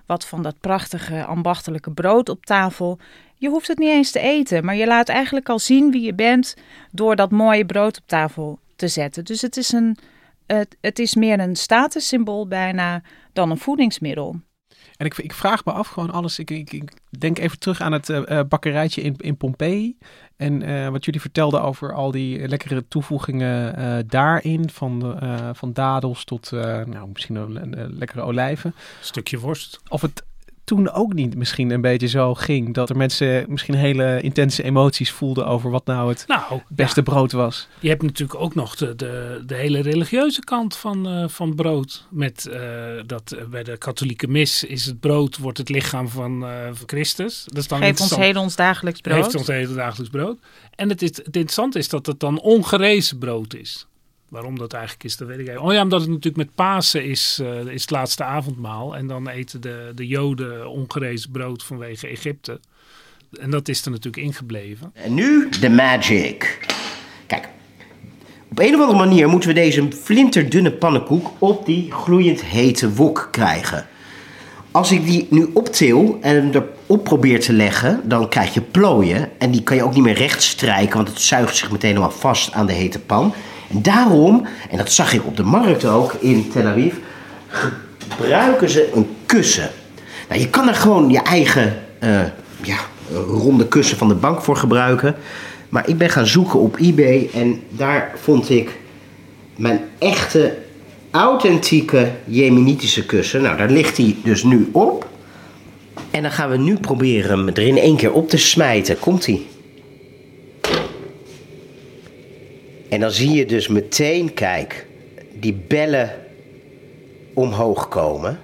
wat van dat prachtige ambachtelijke brood op tafel. Je hoeft het niet eens te eten, maar je laat eigenlijk al zien wie je bent door dat mooie brood op tafel te zetten. Dus het is meer een statussymbool bijna dan een voedingsmiddel. En ik vraag me af gewoon alles. Ik denk even terug aan het bakkerijtje in Pompeii. En wat jullie vertelden over al die lekkere toevoegingen daarin. Van dadels tot misschien een lekkere olijven. Stukje worst. Of het toen ook niet misschien een beetje zo ging. Dat er mensen misschien hele intense emoties voelden over wat nou het beste brood was. Je hebt natuurlijk ook nog de hele religieuze kant van brood. Met dat bij de katholieke mis is het brood, wordt het lichaam van Christus. Dat is dan Geef ons heel ons dagelijks brood. Geeft ons heel dagelijks brood. En het interessante is dat het dan ongerezen brood is. Waarom dat eigenlijk is, dat weet ik even. Oh ja, omdat het natuurlijk met Pasen is het laatste avondmaal. En dan eten de Joden ongerezen brood vanwege Egypte. En dat is er natuurlijk ingebleven. En nu de magic. Kijk, op een of andere manier moeten we deze flinterdunne pannenkoek op die gloeiend hete wok krijgen. Als ik die nu optil en erop probeer te leggen, dan krijg je plooien. En die kan je ook niet meer recht strijken, want het zuigt zich meteen helemaal vast aan de hete pan. En daarom, en dat zag ik op de markt ook in Tel Aviv, gebruiken ze een kussen. Nou, je kan er gewoon je eigen ronde kussen van de bank voor gebruiken. Maar ik ben gaan zoeken op eBay en daar vond ik mijn echte, authentieke jemenitische kussen. Nou, daar ligt hij dus nu op. En dan gaan we nu proberen hem er in één keer op te smijten. Komt-ie. En dan zie je dus meteen, kijk, die bellen omhoog komen.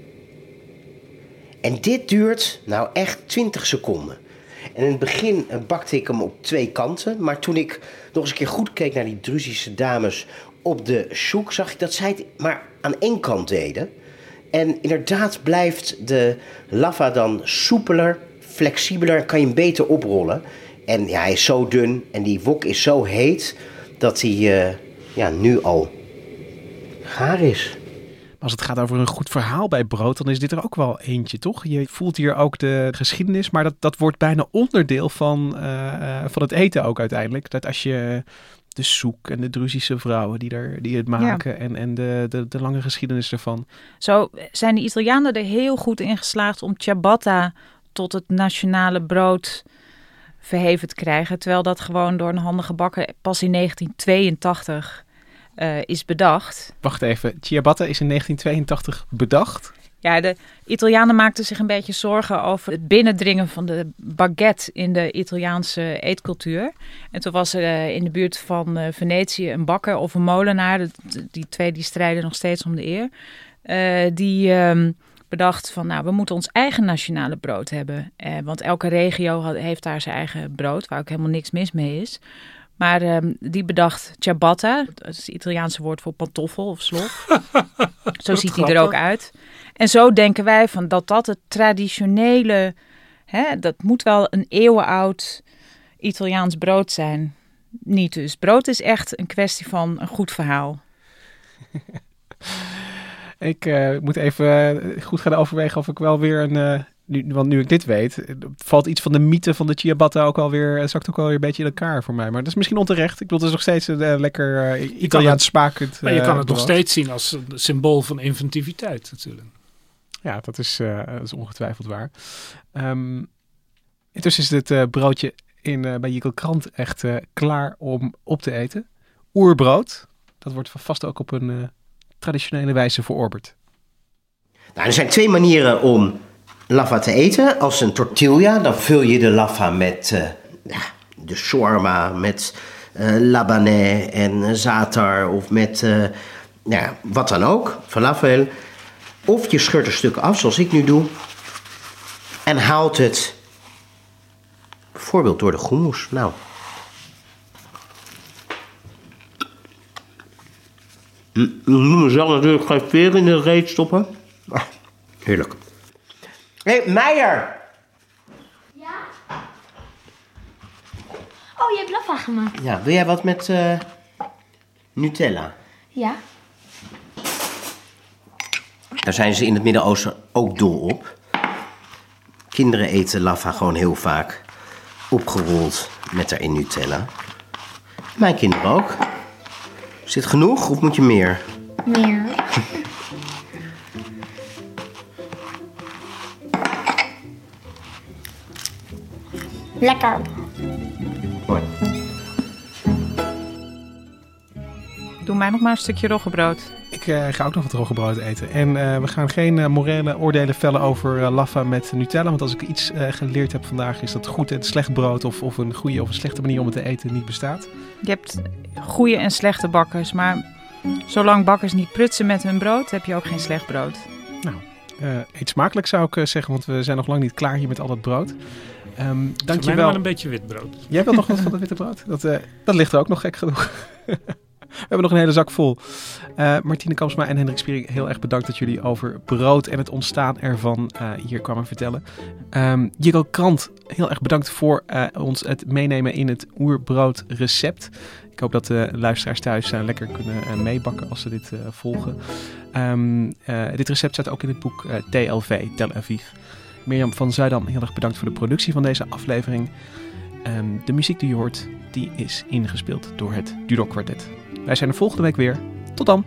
En dit duurt nou echt 20 seconden. En in het begin bakte ik hem op 2 kanten. Maar toen ik nog eens een keer goed keek naar die Druzische dames op de souk, zag ik dat zij het maar aan 1 kant deden. En inderdaad blijft de lava dan soepeler, flexibeler, kan je hem beter oprollen. En ja, hij is zo dun en die wok is zo heet dat hij nu al gaar is. Als het gaat over een goed verhaal bij brood, dan is dit er ook wel eentje, toch? Je voelt hier ook de geschiedenis, maar dat wordt bijna onderdeel van het eten ook uiteindelijk. Dat als je de souk en de Druzische vrouwen die het maken en de lange geschiedenis ervan. Zo zijn de Italianen er heel goed in geslaagd om ciabatta tot het nationale brood verheven te krijgen. Terwijl dat gewoon door een handige bakker pas in 1982 is bedacht. Wacht even, ciabatta is in 1982 bedacht? Ja, de Italianen maakten zich een beetje zorgen over het binnendringen van de baguette in de Italiaanse eetcultuur. En toen was er in de buurt van Venetië een bakker of een molenaar, die twee die strijden nog steeds om de eer, die bedacht van, nou, we moeten ons eigen nationale brood hebben. Want elke regio heeft daar zijn eigen brood, waar ook helemaal niks mis mee is. Maar die bedacht ciabatta, dat is het Italiaanse woord voor pantoffel of slof. Zo ziet hij er ook uit. En zo denken wij van dat het traditionele, dat moet wel een eeuwenoud Italiaans brood zijn. Niet dus. Brood is echt een kwestie van een goed verhaal. Ik moet even goed gaan overwegen of ik wel weer want nu ik dit weet, valt iets van de mythe van de ciabatta ook alweer, zakt ook alweer een beetje in elkaar voor mij. Maar dat is misschien onterecht. Ik bedoel, het is nog steeds een lekker Italiaans smakend Maar je kan het brood. nog steeds zien als een symbool van inventiviteit natuurlijk. Ja, dat is ongetwijfeld waar. Intussen is dit broodje bij Jiggle Krant echt klaar om op te eten. Oerbrood. Dat wordt vast ook op een traditionele wijze verorberd. Nou, er zijn 2 manieren om lava te eten. Als een tortilla, dan vul je de lava met de shawarma, met labanais en zaatar of met wat dan ook, falafel. Of je scheurt een stuk af, zoals ik nu doe, en haalt het bijvoorbeeld door de hummus. Nou. Ik moet mezelf natuurlijk geen veer in de reet stoppen. Heerlijk. Hé, Meijer! Ja? Oh, je hebt lava gemaakt. Ja, wil jij wat met Nutella? Ja. Daar zijn ze in het Midden-Oosten ook dol op. Kinderen eten laffa gewoon heel vaak opgerold met erin Nutella. Mijn kinderen ook. Is dit genoeg of moet je meer? Meer. Lekker. Mooi. Doe mij nog maar een stukje roggebrood. Ik ga ook nog wat roggebrood eten. En we gaan geen morele oordelen vellen over laffa met Nutella. Want als ik iets geleerd heb vandaag is dat goed en slecht brood of een goede of een slechte manier om het te eten niet bestaat. Je hebt goede en slechte bakkers, maar zolang bakkers niet prutsen met hun brood, heb je ook geen slecht brood. Nou, eet smakelijk zou ik zeggen, want we zijn nog lang niet klaar hier met al dat brood. Dank je wel. wel een beetje witbrood. Jij wilt nog wat van het witte brood? Dat ligt er ook nog gek genoeg. We hebben nog een hele zak vol. Martine Kampsma en Hendrik Spiering, heel erg bedankt dat jullie over brood en het ontstaan ervan hier kwamen vertellen. Jigo Krant, heel erg bedankt voor ons het meenemen in het oerbroodrecept. Ik hoop dat de luisteraars thuis lekker kunnen meebakken als ze dit volgen. Dit recept staat ook in het boek TLV, Tel Aviv. Mirjam van Zuidam, heel erg bedankt voor de productie van deze aflevering. De muziek die je hoort, die is ingespeeld door het Dudok Kwartet. Wij zijn er volgende week weer. Tot dan!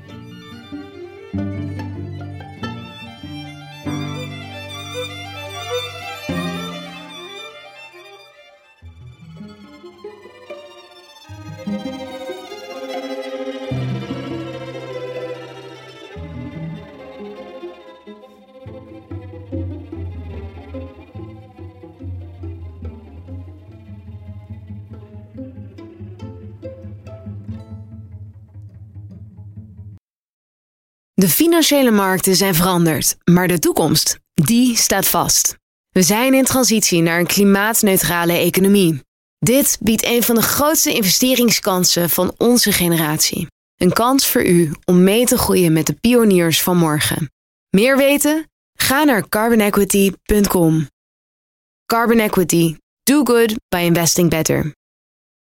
De financiële markten zijn veranderd, maar de toekomst, die staat vast. We zijn in transitie naar een klimaatneutrale economie. Dit biedt een van de grootste investeringskansen van onze generatie. Een kans voor u om mee te groeien met de pioniers van morgen. Meer weten? Ga naar carbonequity.com. Carbon Equity. Do good by investing better.